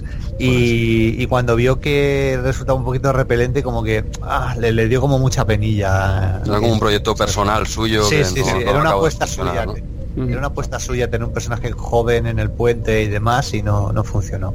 y cuando vio que resultaba un poquito repelente, como que le dio como mucha penilla.
Era como un proyecto personal suyo.
Sí, era una apuesta suya, ¿no? Era una apuesta suya tener un personaje joven en el puente y demás, y no funcionó.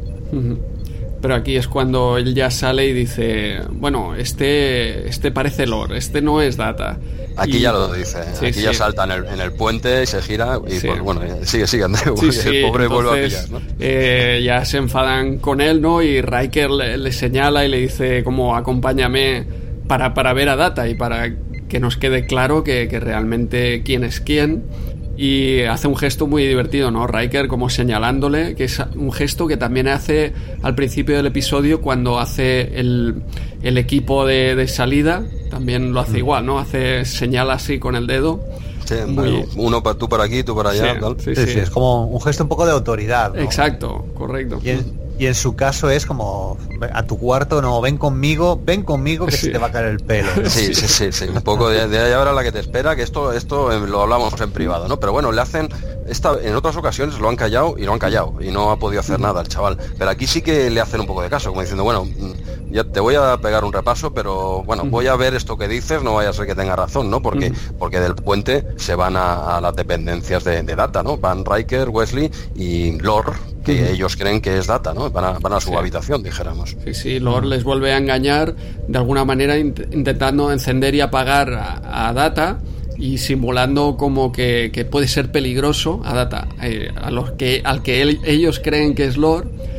Pero aquí es cuando él ya sale y dice, bueno, este parece Lore, este no es Data.
Aquí ya lo dice, aquí ya salta en el puente y se gira y pues, bueno, sigue Andreu, el pobre vuelve a pillar, ¿no?
Ya se enfadan con él, ¿no? Y Riker le señala y le dice como acompáñame para ver a Data y para que nos quede claro que realmente quién es quién. Y hace un gesto muy divertido, ¿no? Riker como señalándole, que es un gesto que también hace al principio del episodio cuando hace el equipo de salida, también lo hace igual, ¿no? Señala así con el dedo.
Sí, uno tú para aquí, tú para allá.
Sí, es como un gesto un poco de autoridad, ¿no?
Exacto, correcto.
Y en su caso es como a tu cuarto, no, ven conmigo que se te va a caer el pelo, ¿no?
Sí, un poco de ahí ahora la que te espera, que esto lo hablamos en privado, ¿no? Pero bueno, le hacen en otras ocasiones lo han callado y no ha podido hacer nada el chaval, pero aquí sí que le hacen un poco de caso, como diciendo, bueno, ya te voy a pegar un repaso, pero bueno, voy a ver esto que dices, no vaya a ser que tenga razón, ¿no? Porque del puente se van a las dependencias de Data, ¿no? Van Riker, Wesley y Lore, que ellos creen que es Data, ¿no? Van a su habitación, dijéramos.
Sí, Lore les vuelve a engañar de alguna manera intentando encender y apagar a Data y simulando como que puede ser peligroso a Data, al que ellos creen que es Lore,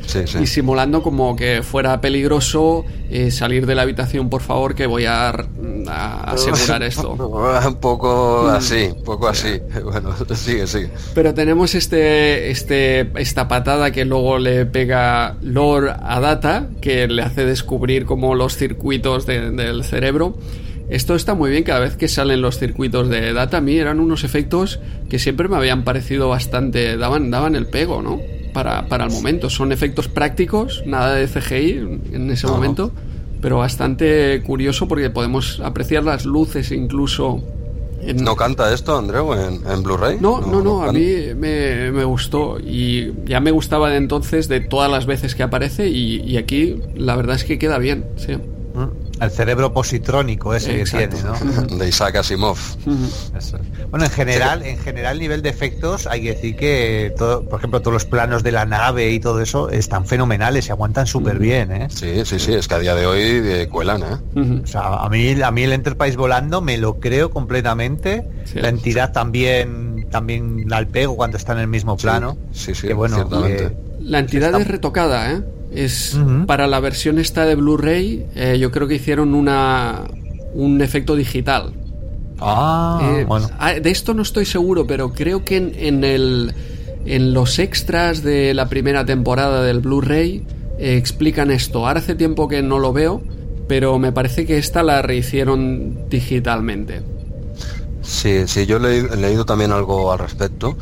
y simulando como que fuera peligroso salir de la habitación, por favor, que voy a asegurar esto.
Un poco así, bueno, sigue.
Pero tenemos esta patada que luego le pega Lore a Data, que le hace descubrir como los circuitos del cerebro. Esto está muy bien. Cada vez que salen los circuitos de Data, a mí eran unos efectos que siempre me habían parecido bastante, daban el pego, ¿no? Para el momento. Son efectos prácticos, nada de CGI en ese momento, pero bastante curioso porque podemos apreciar las luces incluso.
¿No canta esto, Andreu, en Blu-ray?
No, a mí me gustó, y ya me gustaba de entonces, de todas las veces que aparece, y aquí la verdad es que queda bien, sí.
El cerebro positrónico ese que tiene, ¿no?
De Isaac Asimov.
Eso. Bueno, en general nivel de efectos, hay que decir que todo, por ejemplo, todos los planos de la nave y todo eso están fenomenales, se aguantan súper bien, ¿eh?
Sí, es que a día de hoy cuelan, ¿eh?
O sea, a mí el Enterprise volando me lo creo completamente. Sí. La entidad también al pego cuando está en el mismo plano.
Sí,
que bueno,
ciertamente.
La entidad es retocada, ¿eh? Es para la versión esta de Blu-ray, yo creo que hicieron un efecto digital.
Bueno.
De esto no estoy seguro, pero creo que en los extras de la primera temporada del Blu-ray explican esto. Ahora hace tiempo que no lo veo, pero me parece que esta la rehicieron digitalmente.
Sí, yo he leído también algo al respecto.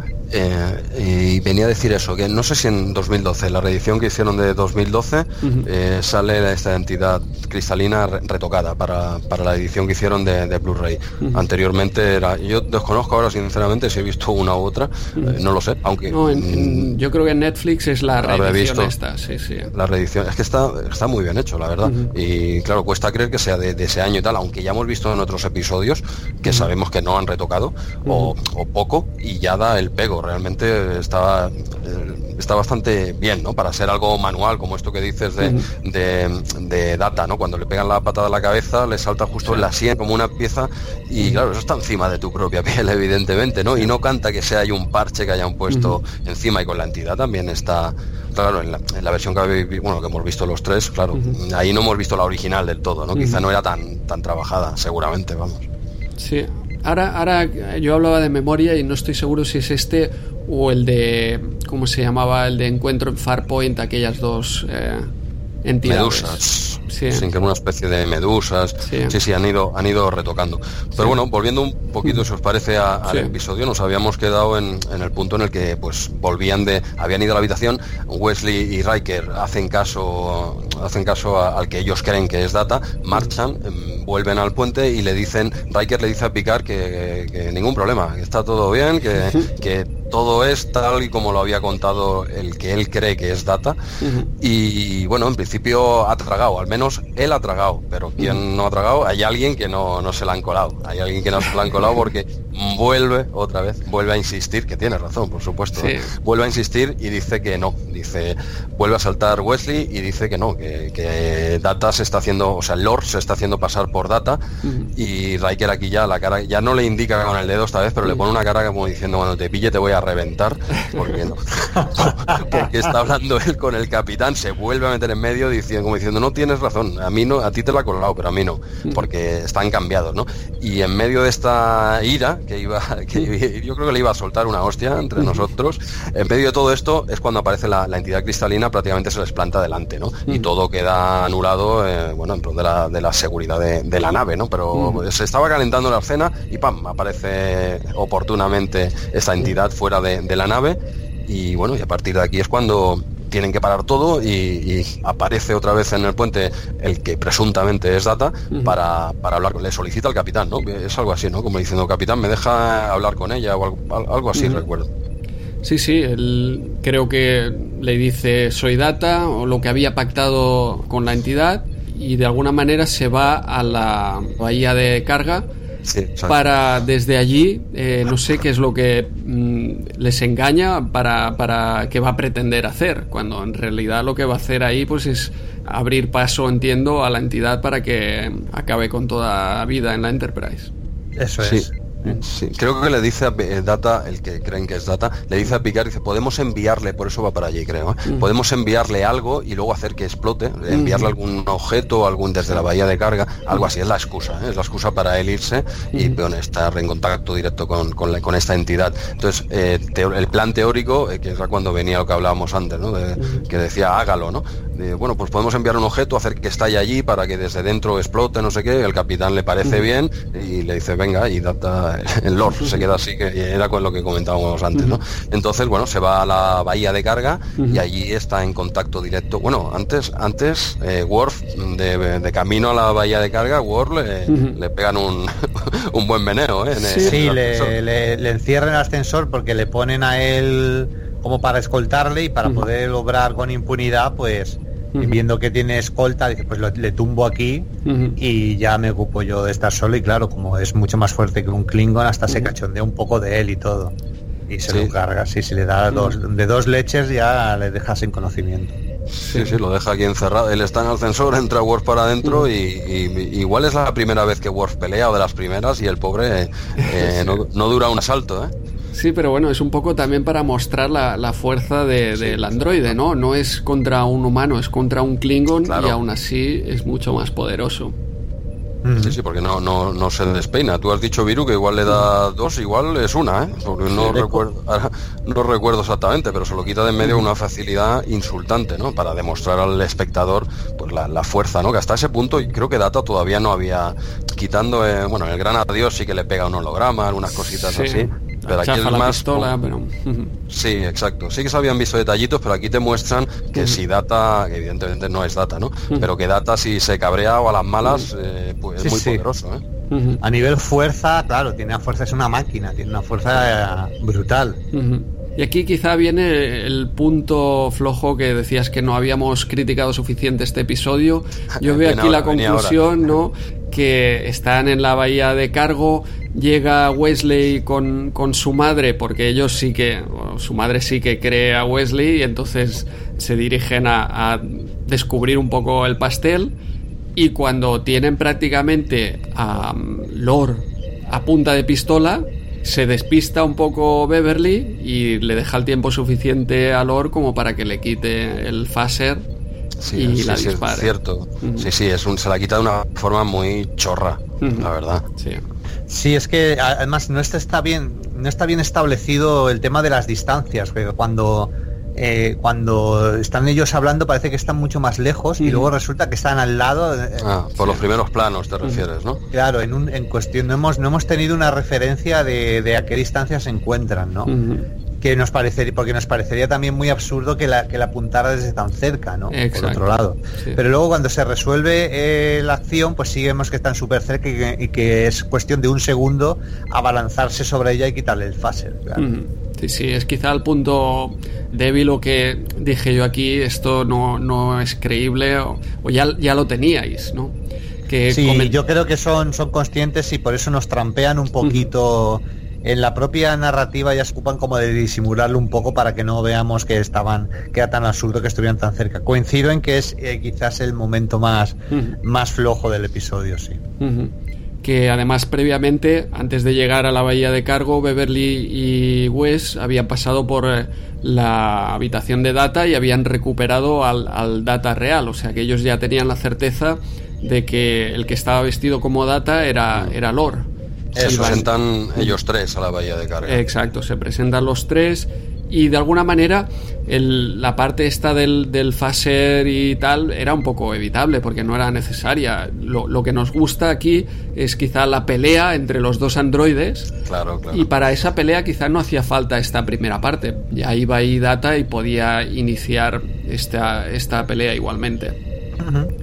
Y venía a decir eso, que no sé si en 2012, la reedición que hicieron de 2012, sale esta entidad cristalina retocada para la edición que hicieron de Blu-ray. Anteriormente yo desconozco ahora sinceramente si he visto una u otra, no lo sé, aunque
yo creo que en Netflix es la reedición esta, sí.
La reedición, es que está muy bien hecho, la verdad, y claro, cuesta creer que sea de ese año y tal, aunque ya hemos visto en otros episodios que sabemos que no han retocado o poco, y ya da el pego. Realmente está bastante bien, ¿no? Para ser algo manual, como esto que dices de Data, ¿no? Cuando le pegan la patada a la cabeza, le salta justo en la sien como una pieza, y claro, eso está encima de tu propia piel, evidentemente, ¿no? Y no canta que sea hay un parche que hayan puesto encima, y con la entidad también está. Claro, en la versión que hemos visto los tres, claro, ahí no hemos visto la original del todo, ¿no? Quizá no era tan trabajada, seguramente, vamos.
Sí. Ahora yo hablaba de memoria y no estoy seguro si es este o el de, ¿cómo se llamaba? El de Encuentro en Farpoint, aquellas dos entidades.
Medusas. Sin que una especie de medusas. Sí, han ido retocando. Pero bueno, volviendo un poquito, si os parece, al episodio, nos habíamos quedado en el punto en el que pues habían ido a la habitación, Wesley y Riker hacen caso al que ellos creen que es Data, marchan, vuelven al puente y Riker le dice a Picard que ningún problema, que está todo bien, que todo es tal y como lo había contado el que él cree que es Data. Y bueno, en principio ha tragado, al menos él ha tragado, pero quien no ha tragado, hay alguien que no se la han colado, porque vuelve a insistir, que tiene razón, por supuesto, vuelve a insistir y dice que no, vuelve a saltar Wesley y dice que no, que Data se está haciendo, o sea, Lore se está haciendo pasar por Data, y Riker aquí ya la cara, ya no le indica con el dedo esta vez, pero le pone una cara como diciendo, cuando te pille te voy a reventar, porque no, porque está hablando él con el capitán, se vuelve a meter en medio diciendo, no tienes razón, a mí no, a ti te la ha colado, pero a mí no, porque están cambiados, ¿no? Y en medio de esta ira que yo creo que le iba a soltar una hostia entre nosotros, en medio de todo esto es cuando aparece la entidad cristalina, prácticamente se les planta delante, ¿no? Y todo queda anulado, en pro de la seguridad de la nave, ¿no? Pero se estaba calentando la escena y ¡pam!, aparece oportunamente esta entidad fuera de la nave, y bueno, y a partir de aquí es cuando tienen que parar todo y aparece otra vez en el puente el que presuntamente es Data para hablar, le solicita al capitán, ¿no? Es algo así, ¿no? Como diciendo, capitán, ¿me deja hablar con ella? O algo así, recuerdo.
Sí, él creo que le dice soy Data, o lo que había pactado con la entidad, y de alguna manera se va a la bahía de carga. Sí, para desde allí, no sé qué es lo que les engaña para qué va a pretender hacer, cuando en realidad lo que va a hacer ahí pues es abrir paso, entiendo, a la entidad para que acabe con toda vida en la Enterprise.
Eso es.
Sí, creo que le dice a Data, el que creen que es Data, le dice a Picard, dice, podemos enviarle, por eso va para allí, creo, podemos enviarle algo y luego hacer que explote, enviarle algún objeto, desde la bahía de carga, algo así, es la excusa para él irse y bueno, estar en contacto directo con esta entidad. Entonces, el plan teórico, que era cuando venía lo que hablábamos antes, ¿no? Que decía, hágalo, ¿no? Bueno, pues podemos enviar un objeto, hacer que estalle allí para que desde dentro explote, no sé qué, el capitán le parece bien y le dice, venga, y Data, el Lord se queda así, que era con lo que comentábamos antes, ¿no? Entonces, bueno, se va a la bahía de carga y allí está en contacto directo. Bueno, antes Worf, de camino a la bahía de carga, Worf le pegan un buen meneo, ¿eh?
Le encierran en el ascensor porque le ponen a él como para escoltarle y para poder obrar con impunidad, pues viendo que tiene escolta, dice, pues le tumbo aquí y ya me ocupo yo de estar solo, y claro, como es mucho más fuerte que un Klingon, hasta se cachondea un poco de él y todo, y se lo carga, si le da dos leches ya le dejas en conocimiento.
Sí, lo deja aquí encerrado, él está en el ascensor, entra Worf para adentro y igual es la primera vez que Worf pelea, o de las primeras, y el pobre no dura un asalto, ¿eh?
Sí, pero bueno, es un poco también para mostrar la fuerza del androide, ¿no? No es contra un humano, es contra un Klingon, claro. Y aún así es mucho más poderoso.
Sí, porque no se despeina. Tú has dicho, Viru, que igual le da dos, igual es una, ¿eh? Porque no recuerdo exactamente, pero se lo quita de en medio una facilidad insultante, ¿no? Para demostrar al espectador pues la fuerza, ¿no? Que hasta ese punto, y creo que Data todavía no había, quitando, bueno, el gran adiós sí que le pega un holograma, algunas cositas así. Pero aquí es más
pistola, pero...
Sí, exacto. Sí que se habían visto detallitos, pero aquí te muestran que si Data, que evidentemente no es Data, ¿no? Pero que Data, si se cabrea o a las malas, pues es muy poderoso, ¿eh?
A nivel fuerza, claro, tiene una fuerza, es una máquina, tiene una fuerza brutal.
Y aquí quizá viene el punto flojo que decías, que no habíamos criticado suficiente este episodio. Yo veo aquí la conclusión, ¿no? Que están en la bahía de cargo, llega Wesley con su madre, porque ellos su madre sí que cree a Wesley, y entonces se dirigen a descubrir un poco el pastel, y cuando tienen prácticamente a Lord a punta de pistola, se despista un poco Beverly y le deja el tiempo suficiente a Lord como para que le quite el phaser y la dispare.
Es cierto. Sí, se la quita de una forma muy chorra, la verdad.
Sí, es que además no está bien establecido el tema de las distancias, porque cuando están ellos hablando parece que están mucho más lejos y luego resulta que están al lado.
Por los primeros planos te refieres, ¿no?
Claro, en cuestión no hemos tenido una referencia de a qué distancia se encuentran, ¿no? Que nos parecería también muy absurdo que la apuntara desde tan cerca, ¿no?
Exacto.
Por otro lado. Sí. Pero luego cuando se resuelve la acción, pues sí vemos que están súper cerca y que es cuestión de un segundo abalanzarse sobre ella y quitarle el phaser, claro.
Sí, es quizá el punto débil, o que dije yo aquí, esto no es creíble, o ya lo teníais, ¿no?
Yo creo que son conscientes y por eso nos trampean un poquito. En la propia narrativa ya se ocupan como de disimularlo un poco para que no veamos que era tan absurdo que estuvieran tan cerca. Coincido en que es quizás el momento más flojo del episodio, sí.
Que además previamente, antes de llegar a la bahía de cargo, Beverly y Wes habían pasado por la habitación de Data y habían recuperado al Data real, o sea que ellos ya tenían la certeza de que el que estaba vestido como Data era Lord.
Se presentan ellos tres a la bahía de carga.
Exacto, se presentan los tres y de alguna manera la parte esta del phaser y tal era un poco evitable porque no era necesaria. Lo que nos gusta aquí es quizá la pelea entre los dos androides.
Claro.
Y para esa pelea quizá no hacía falta esta primera parte. Ya iba ahí Data y podía iniciar esta pelea igualmente.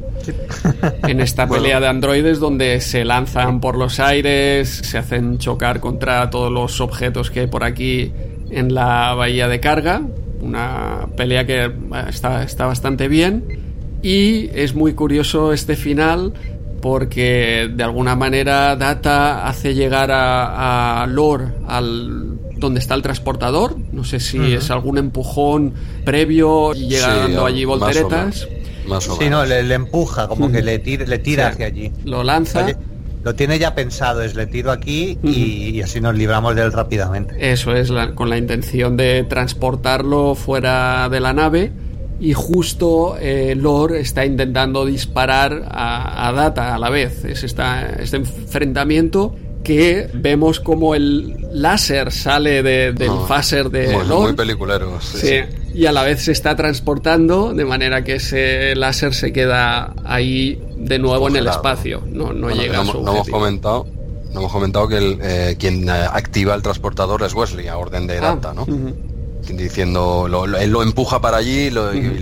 En esta pelea de androides donde se lanzan por los aires, se hacen chocar contra todos los objetos que hay por aquí en la bahía de carga, una pelea que está bastante bien, y es muy curioso este final porque de alguna manera Data hace llegar a Lord donde está el transportador, no sé si es algún empujón previo y llega dando allí volteretas.
Sí, no, le empuja, como que le tira hacia allí.
Lo lanza.
Lo tiene ya pensado, le tiro aquí y así nos libramos de él rápidamente.
Eso es, con la intención de transportarlo fuera de la nave. Y justo Lore está intentando disparar a Data a la vez. Es este enfrentamiento que vemos como el láser sale del phaser de Lore.
Muy peliculero.
Sí. Y a la vez se está transportando, de manera que ese láser se queda ahí de nuevo congelado en el espacio. No llega a su objetivo.
No hemos comentado que quien activa el transportador es Wesley, a orden de Data, ¿no? Diciendo, él lo empuja para allí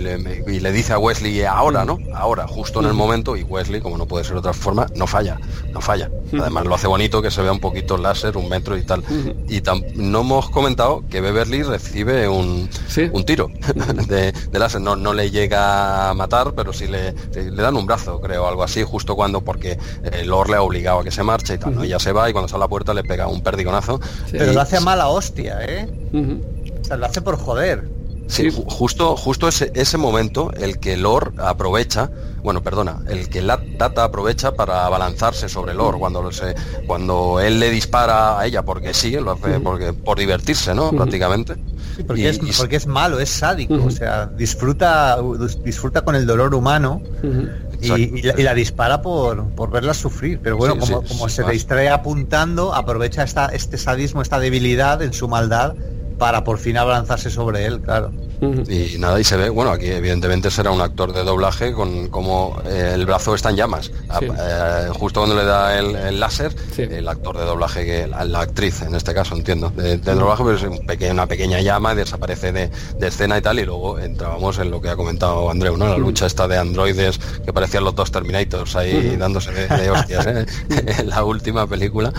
y le dice a Wesley ahora, ¿no? Ahora, justo en el momento, y Wesley, como no puede ser de otra forma, no falla. Además lo hace bonito, que se vea un poquito el láser, 1 metro y tal. Y no hemos comentado que Beverly recibe un tiro de láser. No le llega a matar, pero sí le dan un brazo, creo, algo así, justo porque Lore le ha obligado a que se marche y tal, ¿no? Ella se va y cuando sale a la puerta le pega un perdigonazo.
Pero lo hace a mala hostia, ¿eh? O sea, lo hace por joder.
Sí, justo ese momento el que Lore aprovecha, el que Data aprovecha para abalanzarse sobre Lore cuando él le dispara a ella, porque sí, lo hace por divertirse, ¿no? Prácticamente.
Sí, porque es malo, es sádico, o sea, disfruta con el dolor humano. Y la dispara por verla sufrir, pero bueno, como se distrae apuntando, aprovecha este sadismo, esta debilidad en su maldad para por fin abalanzarse sobre él, claro.
Y nada, y se ve, aquí evidentemente será un actor de doblaje con como el brazo está en llamas. Justo cuando le da el láser, el actor de doblaje, la actriz en este caso, entiendo, de doblaje, pues una pequeña llama y desaparece de escena y tal, y luego entrábamos en lo que ha comentado Andreu, ¿no? La lucha esta de androides que parecían los 2 Terminators ahí dándose de hostias, en la última película.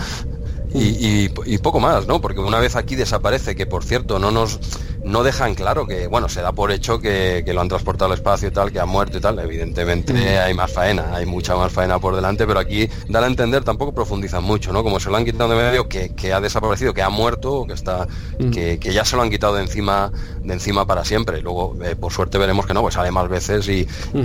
Y poco más, ¿no? Porque una vez aquí desaparece, que por cierto no dejan claro que, se da por hecho que lo han transportado al espacio y tal, que ha muerto y tal. Evidentemente hay más faena, hay mucha más faena por delante, pero aquí dan a entender, tampoco profundizan mucho, ¿no? Como se lo han quitado de medio, que ha desaparecido, que ha muerto, que ya se lo han quitado de encima para siempre. Y luego, por suerte veremos que no, pues sale más veces y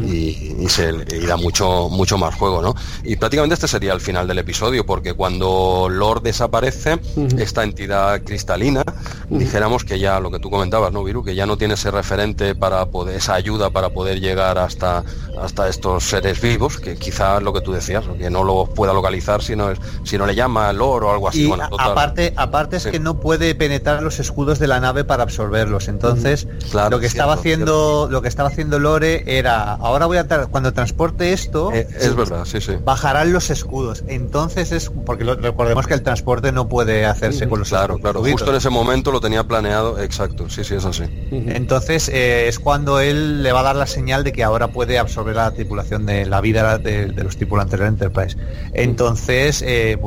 da mucho más juego, ¿no? Y prácticamente este sería el final del episodio, porque cuando Lore desaparece, esta entidad cristalina, dijéramos que ya, lo que tú comentabas, ¿no, Viru? Que ya no tiene ese referente esa ayuda para poder llegar hasta estos seres vivos, que quizás lo que tú decías, que no lo pueda localizar si no le llama Lore o algo así.
Y aparte es que no puede penetrar los escudos de la nave para absorberlos. Entonces, lo que estaba haciendo Lore era, ahora cuando transporte esto,
es verdad, sí.
Bajarán los escudos. Entonces es porque recordemos que el transporte no puede hacerse con los
escudos. Claro, justo en ese momento lo tenía planeado, exacto, sí, es así.
Entonces es cuando él le va a dar la señal de que ahora puede absorber la tripulación de la vida de los tripulantes del Enterprise. Entonces,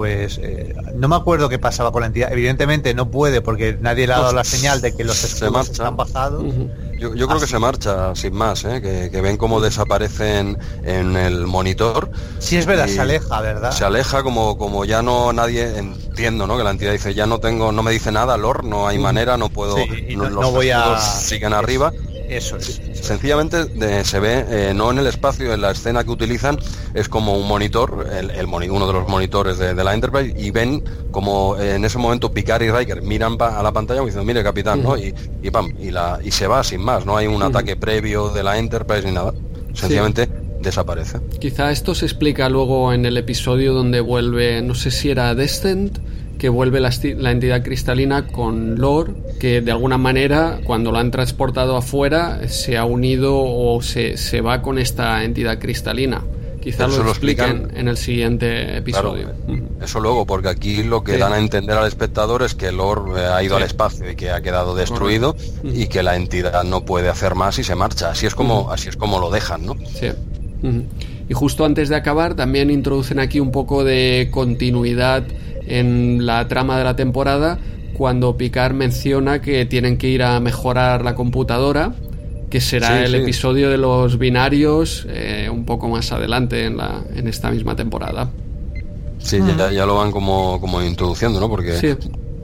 no me acuerdo qué pasaba con la entidad. Evidentemente no puede, porque nadie le ha dado la señal de que los escudos están bajados.
Yo creo que se marcha sin más, que ven cómo desaparecen en el monitor.
Sí, es verdad, se aleja, ¿verdad?
Se aleja como ya no nadie, entiendo, ¿no? Que la entidad dice, ya no me dice nada, Lore, no hay manera, no puedo,
no voy a...
siguen arriba.
Eso es.
Sencillamente se ve, no en el espacio, en la escena que utilizan, es como un monitor, uno de los monitores de la Enterprise, y ven como en ese momento Picard y Riker miran a la pantalla diciendo, mire capitán, ¿no? Y pam, y se va sin más, no hay un ataque previo de la Enterprise ni nada, sencillamente desaparece.
Quizá esto se explica luego en el episodio donde vuelve, no sé si era Descent, que vuelve la entidad cristalina con Lore, que de alguna manera cuando lo han transportado afuera se ha unido o se va con esta entidad cristalina. Quizás lo expliquen en el siguiente episodio.
Claro, eso luego, porque aquí lo que dan a entender al espectador es que Lore ha ido al espacio y que ha quedado destruido y que la entidad no puede hacer más y se marcha. Así es como lo dejan, ¿no?
Sí. Y justo antes de acabar también introducen aquí un poco de continuidad en la trama de la temporada, cuando Picard menciona que tienen que ir a mejorar la computadora, que será el episodio de los binarios un poco más adelante en esta misma temporada.
Sí, ya lo van como introduciendo, ¿no? Porque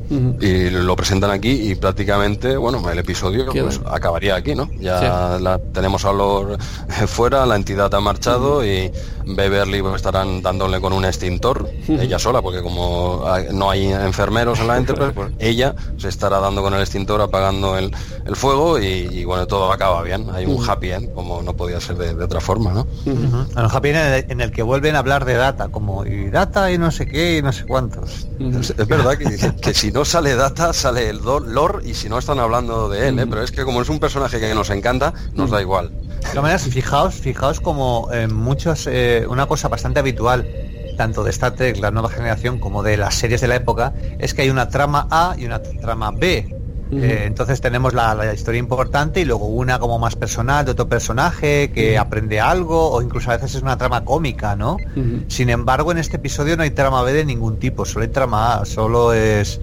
y lo presentan aquí y prácticamente, el episodio pues acabaría aquí, ¿no? Ya tenemos a Lore fuera, la entidad ha marchado y Beverly pues, estarán dándole con un extintor, ella sola, porque como no hay enfermeros en la Enterprise, pues ella se estará dando con el extintor, apagando el fuego y bueno, todo acaba bien. Hay un happy end, como no podía ser de otra forma, ¿no?
Un happy end en el que vuelven a hablar de Data, como y Data y no sé qué y no sé cuántos.
Es verdad que si no sale Data, sale el lore, y si no están hablando de él, pero es que como es un personaje que nos encanta, nos da igual.
De todas maneras, fijaos como muchos, una cosa bastante habitual, tanto de Star Trek, la nueva generación, como de las series de la época, es que hay una trama A y una trama B. Entonces tenemos la historia importante y luego una como más personal de otro personaje que aprende algo, o incluso a veces es una trama cómica, ¿no? Sin embargo, en este episodio no hay trama B de ningún tipo, solo hay trama A, solo es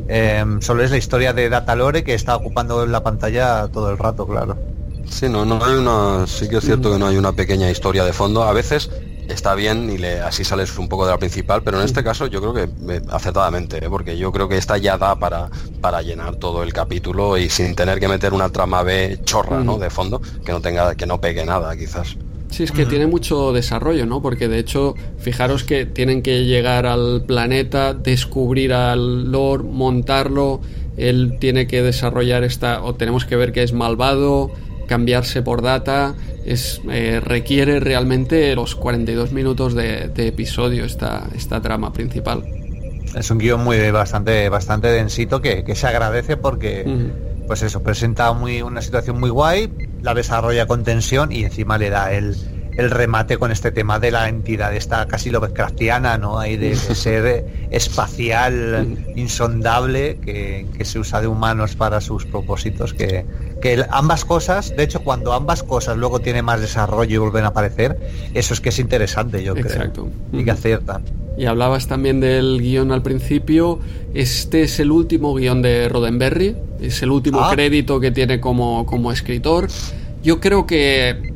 la historia de Data Lore, que está ocupando la pantalla todo el rato, claro.
Sí, no hay una, sí que es cierto que no hay una pequeña historia de fondo. A veces está bien y así sales un poco de la principal, pero en este caso yo creo que acertadamente, porque yo creo que esta ya da para llenar todo el capítulo y sin tener que meter una trama B chorra, ¿no? De fondo, que no pegue nada, quizás.
Sí, es que tiene mucho desarrollo, ¿no? Porque de hecho, fijaros que tienen que llegar al planeta, descubrir al Lord, montarlo, él tiene que desarrollar o tenemos que ver que es malvado, cambiarse por Data, requiere realmente los 42 minutos de episodio esta trama principal.
Es un guión bastante densito que se agradece porque pues eso, presenta una situación muy guay, la desarrolla con tensión y encima le da el remate con este tema de la entidad esta casi Lovecraftiana, ¿no? Ahí de ser espacial insondable que se usa de humanos para sus propósitos, que ambas cosas, de hecho cuando ambas cosas luego tienen más desarrollo y vuelven a aparecer, eso es que es interesante, yo creo.
Exacto.
Y que aciertan.
Y hablabas también del guión al principio. Este es el último guión de Roddenberry, es el último crédito que tiene como escritor. Yo creo que,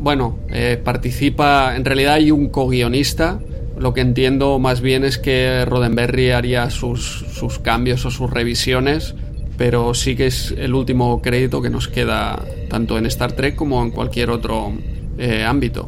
participa, en realidad hay un co-guionista. Lo que entiendo más bien es que Roddenberry haría sus cambios o sus revisiones, pero sí que es el último crédito que nos queda tanto en Star Trek como en cualquier otro ámbito.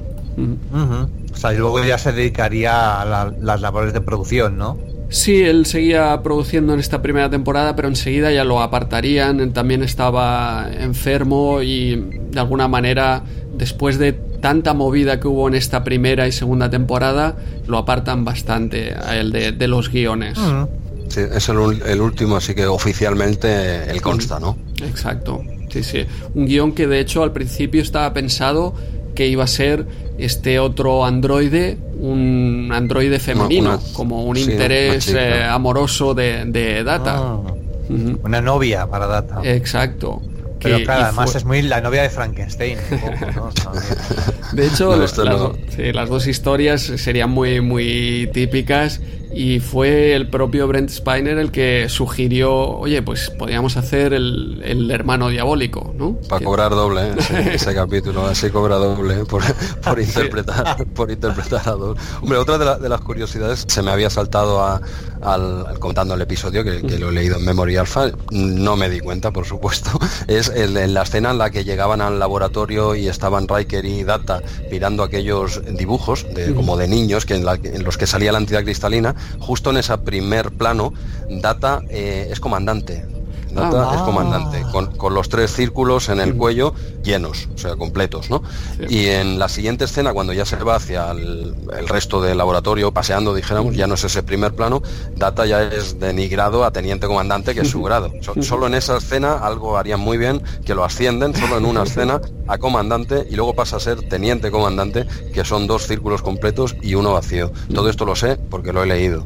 O sea, y luego ya se dedicaría a las labores de producción, ¿no?
Sí, él seguía produciendo en esta primera temporada, pero enseguida ya lo apartarían. También estaba enfermo y de alguna manera, después de tanta movida que hubo en esta primera y segunda temporada, lo apartan bastante a él de los guiones.
Sí, es el último, así que oficialmente él consta, ¿no?
Exacto, sí. Un guión que de hecho al principio estaba pensado que iba a ser este otro androide, un androide femenino, como un interés amoroso de Data.
Una novia para Data.
Exacto.
Pero claro, además es muy la novia de Frankenstein, un poco, ¿no?
De hecho, las dos historias serían muy, muy típicas, y fue el propio Brent Spiner el que sugirió, oye, pues podríamos hacer el hermano diabólico, ¿no?
Para cobrar doble, ese capítulo, así cobra doble por interpretar a dos. Hombre, otra de las curiosidades, se me había saltado al contando el episodio, que lo he leído en Memory Alpha, no me di cuenta, por supuesto, es en la escena en la que llegaban al laboratorio y estaban Riker y Data mirando aquellos dibujos como de niños en los que salía la entidad cristalina. Justo en ese primer plano, Data es comandante. Data es comandante, con los 3 círculos en el cuello llenos, o sea, completos, ¿no? Sí. Y en la siguiente escena, cuando ya se va hacia el resto del laboratorio, paseando, dijéramos, ya no es ese primer plano, Data ya es denigrado a teniente comandante, que es su grado. Solo en esa escena algo harían muy bien, que lo ascienden, solo en una escena, a comandante, y luego pasa a ser teniente comandante, que son 2 círculos completos y 1 vacío. Todo esto lo sé porque lo he leído.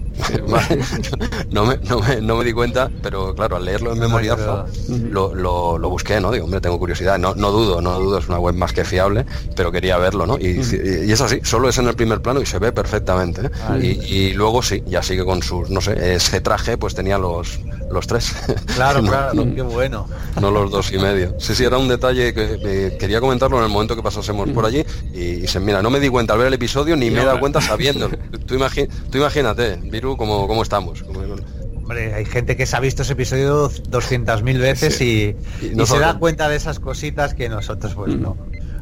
No me di cuenta, pero claro, al leerlo en Memory Alpha lo busqué, ¿no? Digo, hombre, tengo curiosidad, no dudo, es una web más que fiable, pero quería verlo, ¿no? Y es así, solo es en el primer plano y se ve perfectamente, ¿eh? Y luego sí, ya sigue con sus, no sé, ese traje pues tenía los 3.
Claro, qué bueno.
No los 2 y medio. Sí, era un detalle que quería comentarlo en el momento que pasásemos por allí y mira, no me di cuenta al ver el episodio ni me he dado cuenta sabiéndolo. Tú imagínate, Viru, cómo estamos.
Hombre, hay gente que se ha visto ese episodio 200.000 veces y se da cuenta de esas cositas que nosotros pues no.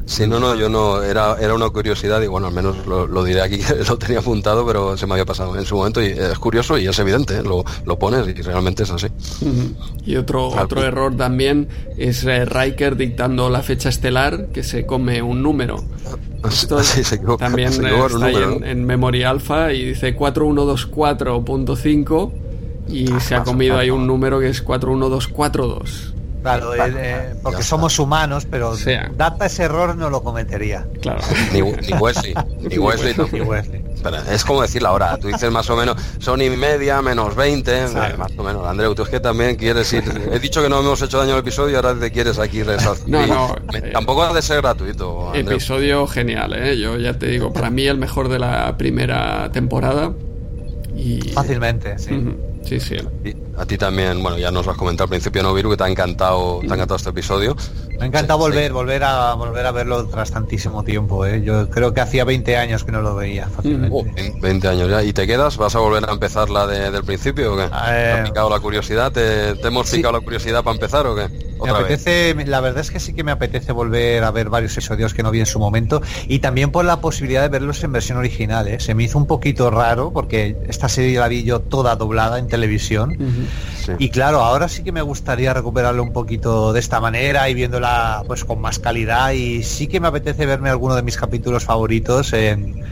Sí, no, yo no, era una curiosidad y bueno, al menos lo diré aquí, que lo tenía apuntado, pero se me había pasado en su momento y es curioso y es evidente, ¿eh? Lo pones y realmente es así.
Y otro error también es Riker dictando la fecha estelar, que se come un número. Esto también está ahí en Memory Alpha y dice 4124.5 y se ha comido ahí un número que es 41242.
Claro, porque somos humanos, pero Data ese error no lo cometería.
Claro.
Ni Wesley. Ni Wesley. Pero es como decir la hora. Tú dices más o menos, son y media, menos 20, más o menos. Andreu, tú es que también quieres ir... He dicho que no hemos hecho daño al episodio y ahora te quieres aquí resaltar.
No.
Tampoco ha de ser gratuito, Andreu.
Episodio genial, ¿eh? Yo ya te digo, para mí el mejor de la primera temporada. Y...
Fácilmente, sí.
Sí.
A ti también, bueno, ya nos lo has comentado al principio, ¿no, Viru? Que te ha encantado este episodio.
Me ha encantado volver a verlo tras tantísimo tiempo, ¿eh? Yo creo que hacía 20 años que no lo veía fácilmente.
20 años ya. ¿Y te quedas? ¿Vas a volver a empezar la del principio o qué? ¿Te ha picado la curiosidad? ¿Te hemos picado la curiosidad para empezar o qué?
Me apetece, la verdad es que sí que me apetece volver a ver varios episodios que no vi en su momento y también por la posibilidad de verlos en versión original, ¿eh? Se me hizo un poquito raro porque esta serie la vi yo toda doblada en televisión y claro, ahora sí que me gustaría recuperarlo un poquito de esta manera y viéndola pues con más calidad y sí que me apetece verme alguno de mis capítulos favoritos en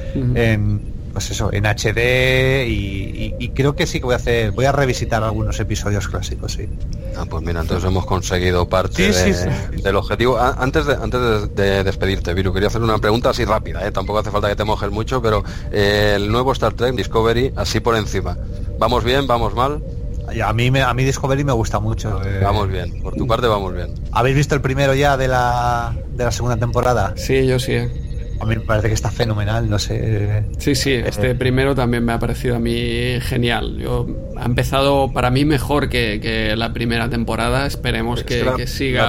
HD y creo que sí que voy a revisitar algunos episodios clásicos, sí.
Pues mira, entonces hemos conseguido parte del objetivo. Antes de despedirte, Viru, quería hacer una pregunta así rápida, tampoco hace falta que te mojes mucho, pero el nuevo Star Trek Discovery, así por encima, ¿vamos bien, vamos mal?
A mí Discovery me gusta mucho.
Vamos bien, por tu parte vamos bien.
¿Habéis visto el primero ya de la segunda temporada?
Sí, yo sí.
A mí me parece que está fenomenal, no sé.
Sí, este primero también me ha parecido a mí genial. Ha empezado para mí mejor que la primera temporada. Esperemos que siga.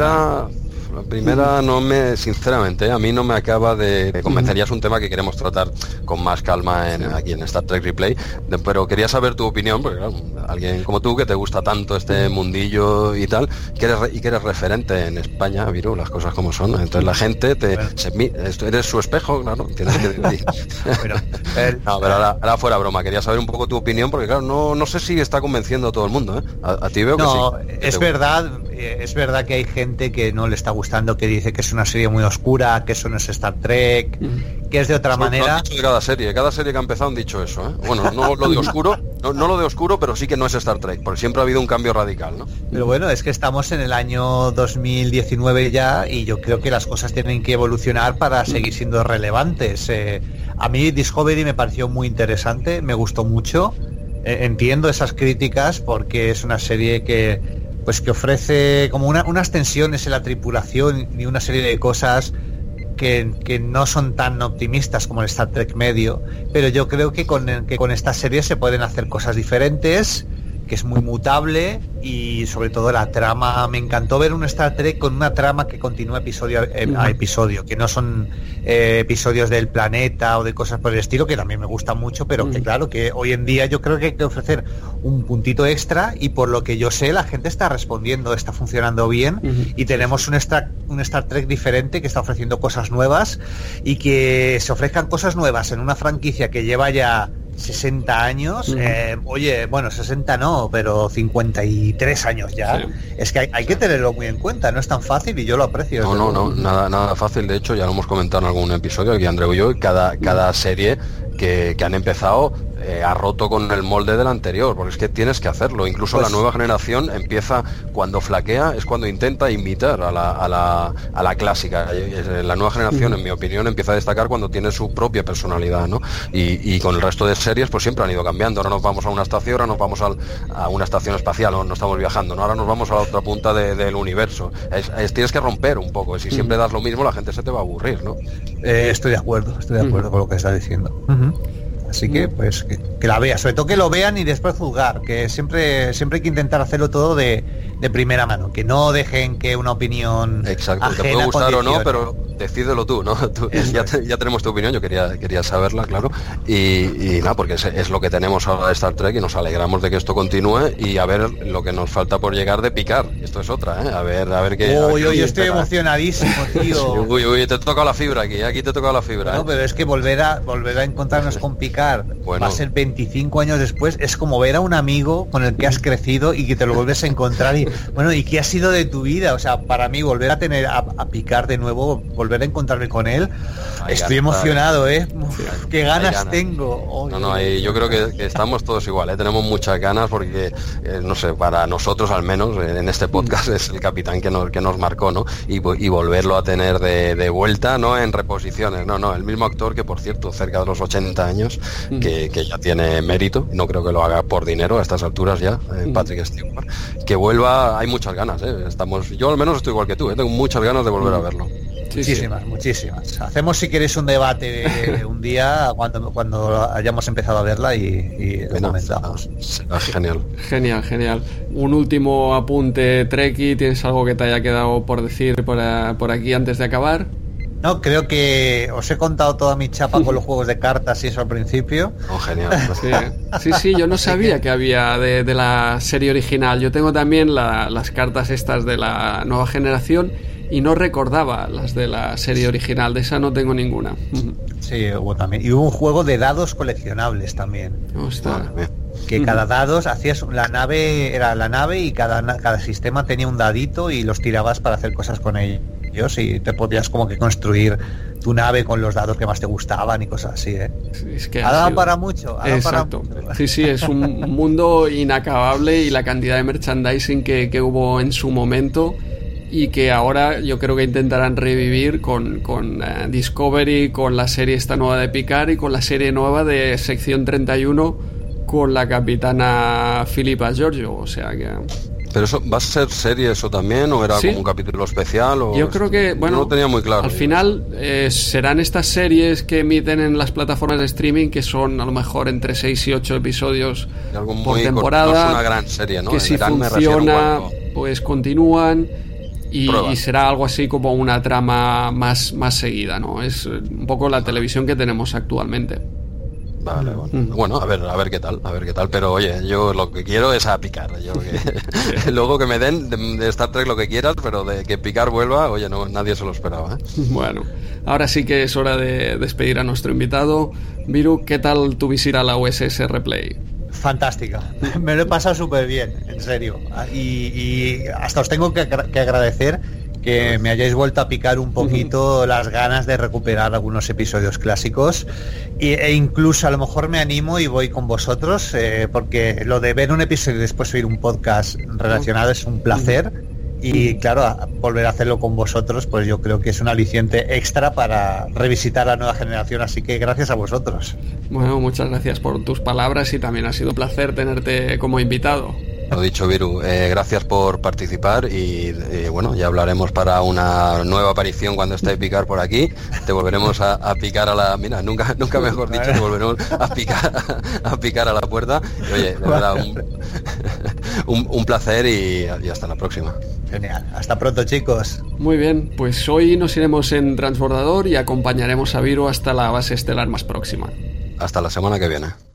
La primera sinceramente, a mí no me acaba de convencer. Ya es un tema que queremos tratar con más calma aquí en Star Trek Replay, pero quería saber tu opinión, porque claro, alguien como tú que te gusta tanto este mundillo y tal, que eres referente en España, Viru, las cosas como son. Entonces la gente eres su espejo, claro, tienes que decir. No, pero ahora fuera broma, quería saber un poco tu opinión, porque claro, no sé si está convenciendo a todo el mundo, ¿eh? A ti veo que sí.
Es verdad que hay gente que no le está gustando, que dice que es una serie muy oscura, que eso no es Star Trek, que es de otra manera.
Lo han dicho de cada serie que ha empezado han dicho eso, ¿eh? Bueno, no lo de oscuro, no lo de oscuro, pero sí que no es Star Trek, porque siempre ha habido un cambio radical, ¿no?
Pero bueno, es que estamos en el año 2019 ya y yo creo que las cosas tienen que evolucionar para seguir siendo relevantes. A mí Discovery me pareció muy interesante, me gustó mucho. Entiendo esas críticas porque es una serie que ofrece como unas tensiones en la tripulación y una serie de cosas que no son tan optimistas como el Star Trek medio, pero yo creo que con esta serie se pueden hacer cosas diferentes, que es muy mutable y sobre todo la trama. Me encantó ver un Star Trek con una trama que continúa episodio a episodio, que no son episodios del planeta o de cosas por el estilo, que también me gustan mucho, pero que claro, que hoy en día yo creo que hay que ofrecer un puntito extra y por lo que yo sé la gente está respondiendo, está funcionando bien y tenemos un Star Trek diferente que está ofreciendo cosas nuevas y que se ofrezcan cosas nuevas en una franquicia que lleva ya 60 años, 60 no, pero 53 años ya. Sí. Es que hay que tenerlo muy en cuenta, no es tan fácil y yo lo aprecio.
No, nada fácil. De hecho, ya lo hemos comentado en algún episodio aquí, Andreu y yo, cada serie que han empezado ha roto con el molde del anterior, porque es que tienes que hacerlo. Incluso la nueva generación empieza, cuando flaquea, es cuando intenta imitar a la clásica. La nueva generación, en mi opinión, empieza a destacar cuando tiene su propia personalidad, ¿no? Y con el resto de series, pues siempre han ido cambiando. Ahora nos vamos a una estación, ahora nos vamos a una estación espacial, no estamos viajando, ¿no? Ahora nos vamos a la otra punta del universo. Tienes que romper un poco. Si siempre das lo mismo, la gente se te va a aburrir, ¿no?
Estoy de acuerdo con lo que estás diciendo. Así que pues que la vean, sobre todo que lo vean y después juzgar, que siempre hay que intentar hacerlo todo de primera mano, que no dejen que una opinión
exacto, te puede gustar o no, pero decídelo tú, ¿no? Ya tenemos tu opinión, yo quería saberla, claro, y nada, porque es lo que tenemos ahora de Star Trek y nos alegramos de que esto continúe y a ver lo que nos falta por llegar de Picard. Esto es otra, ¿eh? A ver qué...
Yo estoy emocionadísimo, tío.
Uy, te he tocado la fibra aquí te he tocado la fibra.
No, pero es que volver a encontrarnos con Picard va a ser 25 años después, es como ver a un amigo con el que has crecido y que te lo vuelves a encontrar y bueno, ¿y qué ha sido de tu vida? O sea, para mí volver a tener a Picard de nuevo, volver a encontrarme con él, estoy emocionado, qué ganas tengo.
Yo creo que estamos todos igual, tenemos muchas ganas porque, no sé, para nosotros al menos, en este podcast es el capitán que nos marcó, ¿no? Y volverlo a tener de vuelta, no en reposiciones, no, el mismo actor que, por cierto, cerca de los 80 años, que ya tiene mérito, no creo que lo haga por dinero a estas alturas ya, Patrick Stewart, que vuelva, hay muchas ganas, yo al menos estoy igual que tú, tengo muchas ganas de volver a verlo.
Muchísimas. Hacemos si queréis un debate un día cuando hayamos empezado a verla y lo comentamos.
Genial. Un último apunte, Treki, ¿tienes algo que te haya quedado por decir por aquí antes de acabar?
No, creo que os he contado toda mi chapa con los juegos de cartas y eso al principio.
Genial.
Sí, yo no sabía que había de la serie original. Yo tengo también las cartas estas de la nueva generación y no recordaba las de la serie original. De esa no tengo ninguna.
Sí, hubo también. Y hubo un juego de dados coleccionables también. Que cada dados hacías la nave y cada sistema tenía un dadito y los tirabas para hacer cosas con ellos y te podías como que construir tu nave con los dados que más te gustaban y cosas así,
Es que
ha dado para mucho.
Exacto. Sí, es un mundo inacabable y la cantidad de merchandising que hubo en su momento y que ahora yo creo que intentarán revivir con Discovery, con la serie esta nueva de Picard y con la serie nueva de Sección 31 con la capitana Philippa Georgiou, o sea que...
¿Pero eso va a ser serie eso también o era como un capítulo especial?
Yo creo que, bueno,
no lo tenía muy claro.
Al final serán estas series que emiten en las plataformas de streaming que son a lo mejor entre 6 y 8 episodios por temporada.
No es una gran serie, ¿no?
Que si funciona, pues continúan y será algo así como una trama más seguida, ¿no? Es un poco la televisión que tenemos actualmente.
Vale. Bueno, a ver qué tal, pero oye, yo lo que quiero es a Picard, luego que me den de Star Trek lo que quieras, pero de que Picard vuelva, oye, no, nadie se lo esperaba,
Bueno, ahora sí que es hora de despedir a nuestro invitado. Viru, ¿qué tal tu visita a la USS Replay?
Fantástica, me lo he pasado súper bien, en serio, y hasta os tengo que agradecer que me hayáis vuelto a picar un poquito las ganas de recuperar algunos episodios clásicos e incluso a lo mejor me animo y voy con vosotros porque lo de ver un episodio y después oír un podcast relacionado es un placer y claro, volver a hacerlo con vosotros pues yo creo que es un aliciente extra para revisitar la nueva generación, así que gracias a vosotros.
Bueno, muchas gracias por tus palabras y también ha sido un placer tenerte como invitado.
Lo dicho, Viru, gracias por participar y bueno, ya hablaremos para una nueva aparición cuando esté Picard por aquí. Te volveremos a picar a la... Mira, nunca mejor dicho, te volveremos a picar a la puerta. Y, oye, de verdad, un placer y hasta la próxima.
Genial, hasta pronto, chicos.
Muy bien, pues hoy nos iremos en transbordador y acompañaremos a Viru hasta la base estelar más próxima.
Hasta la semana que viene.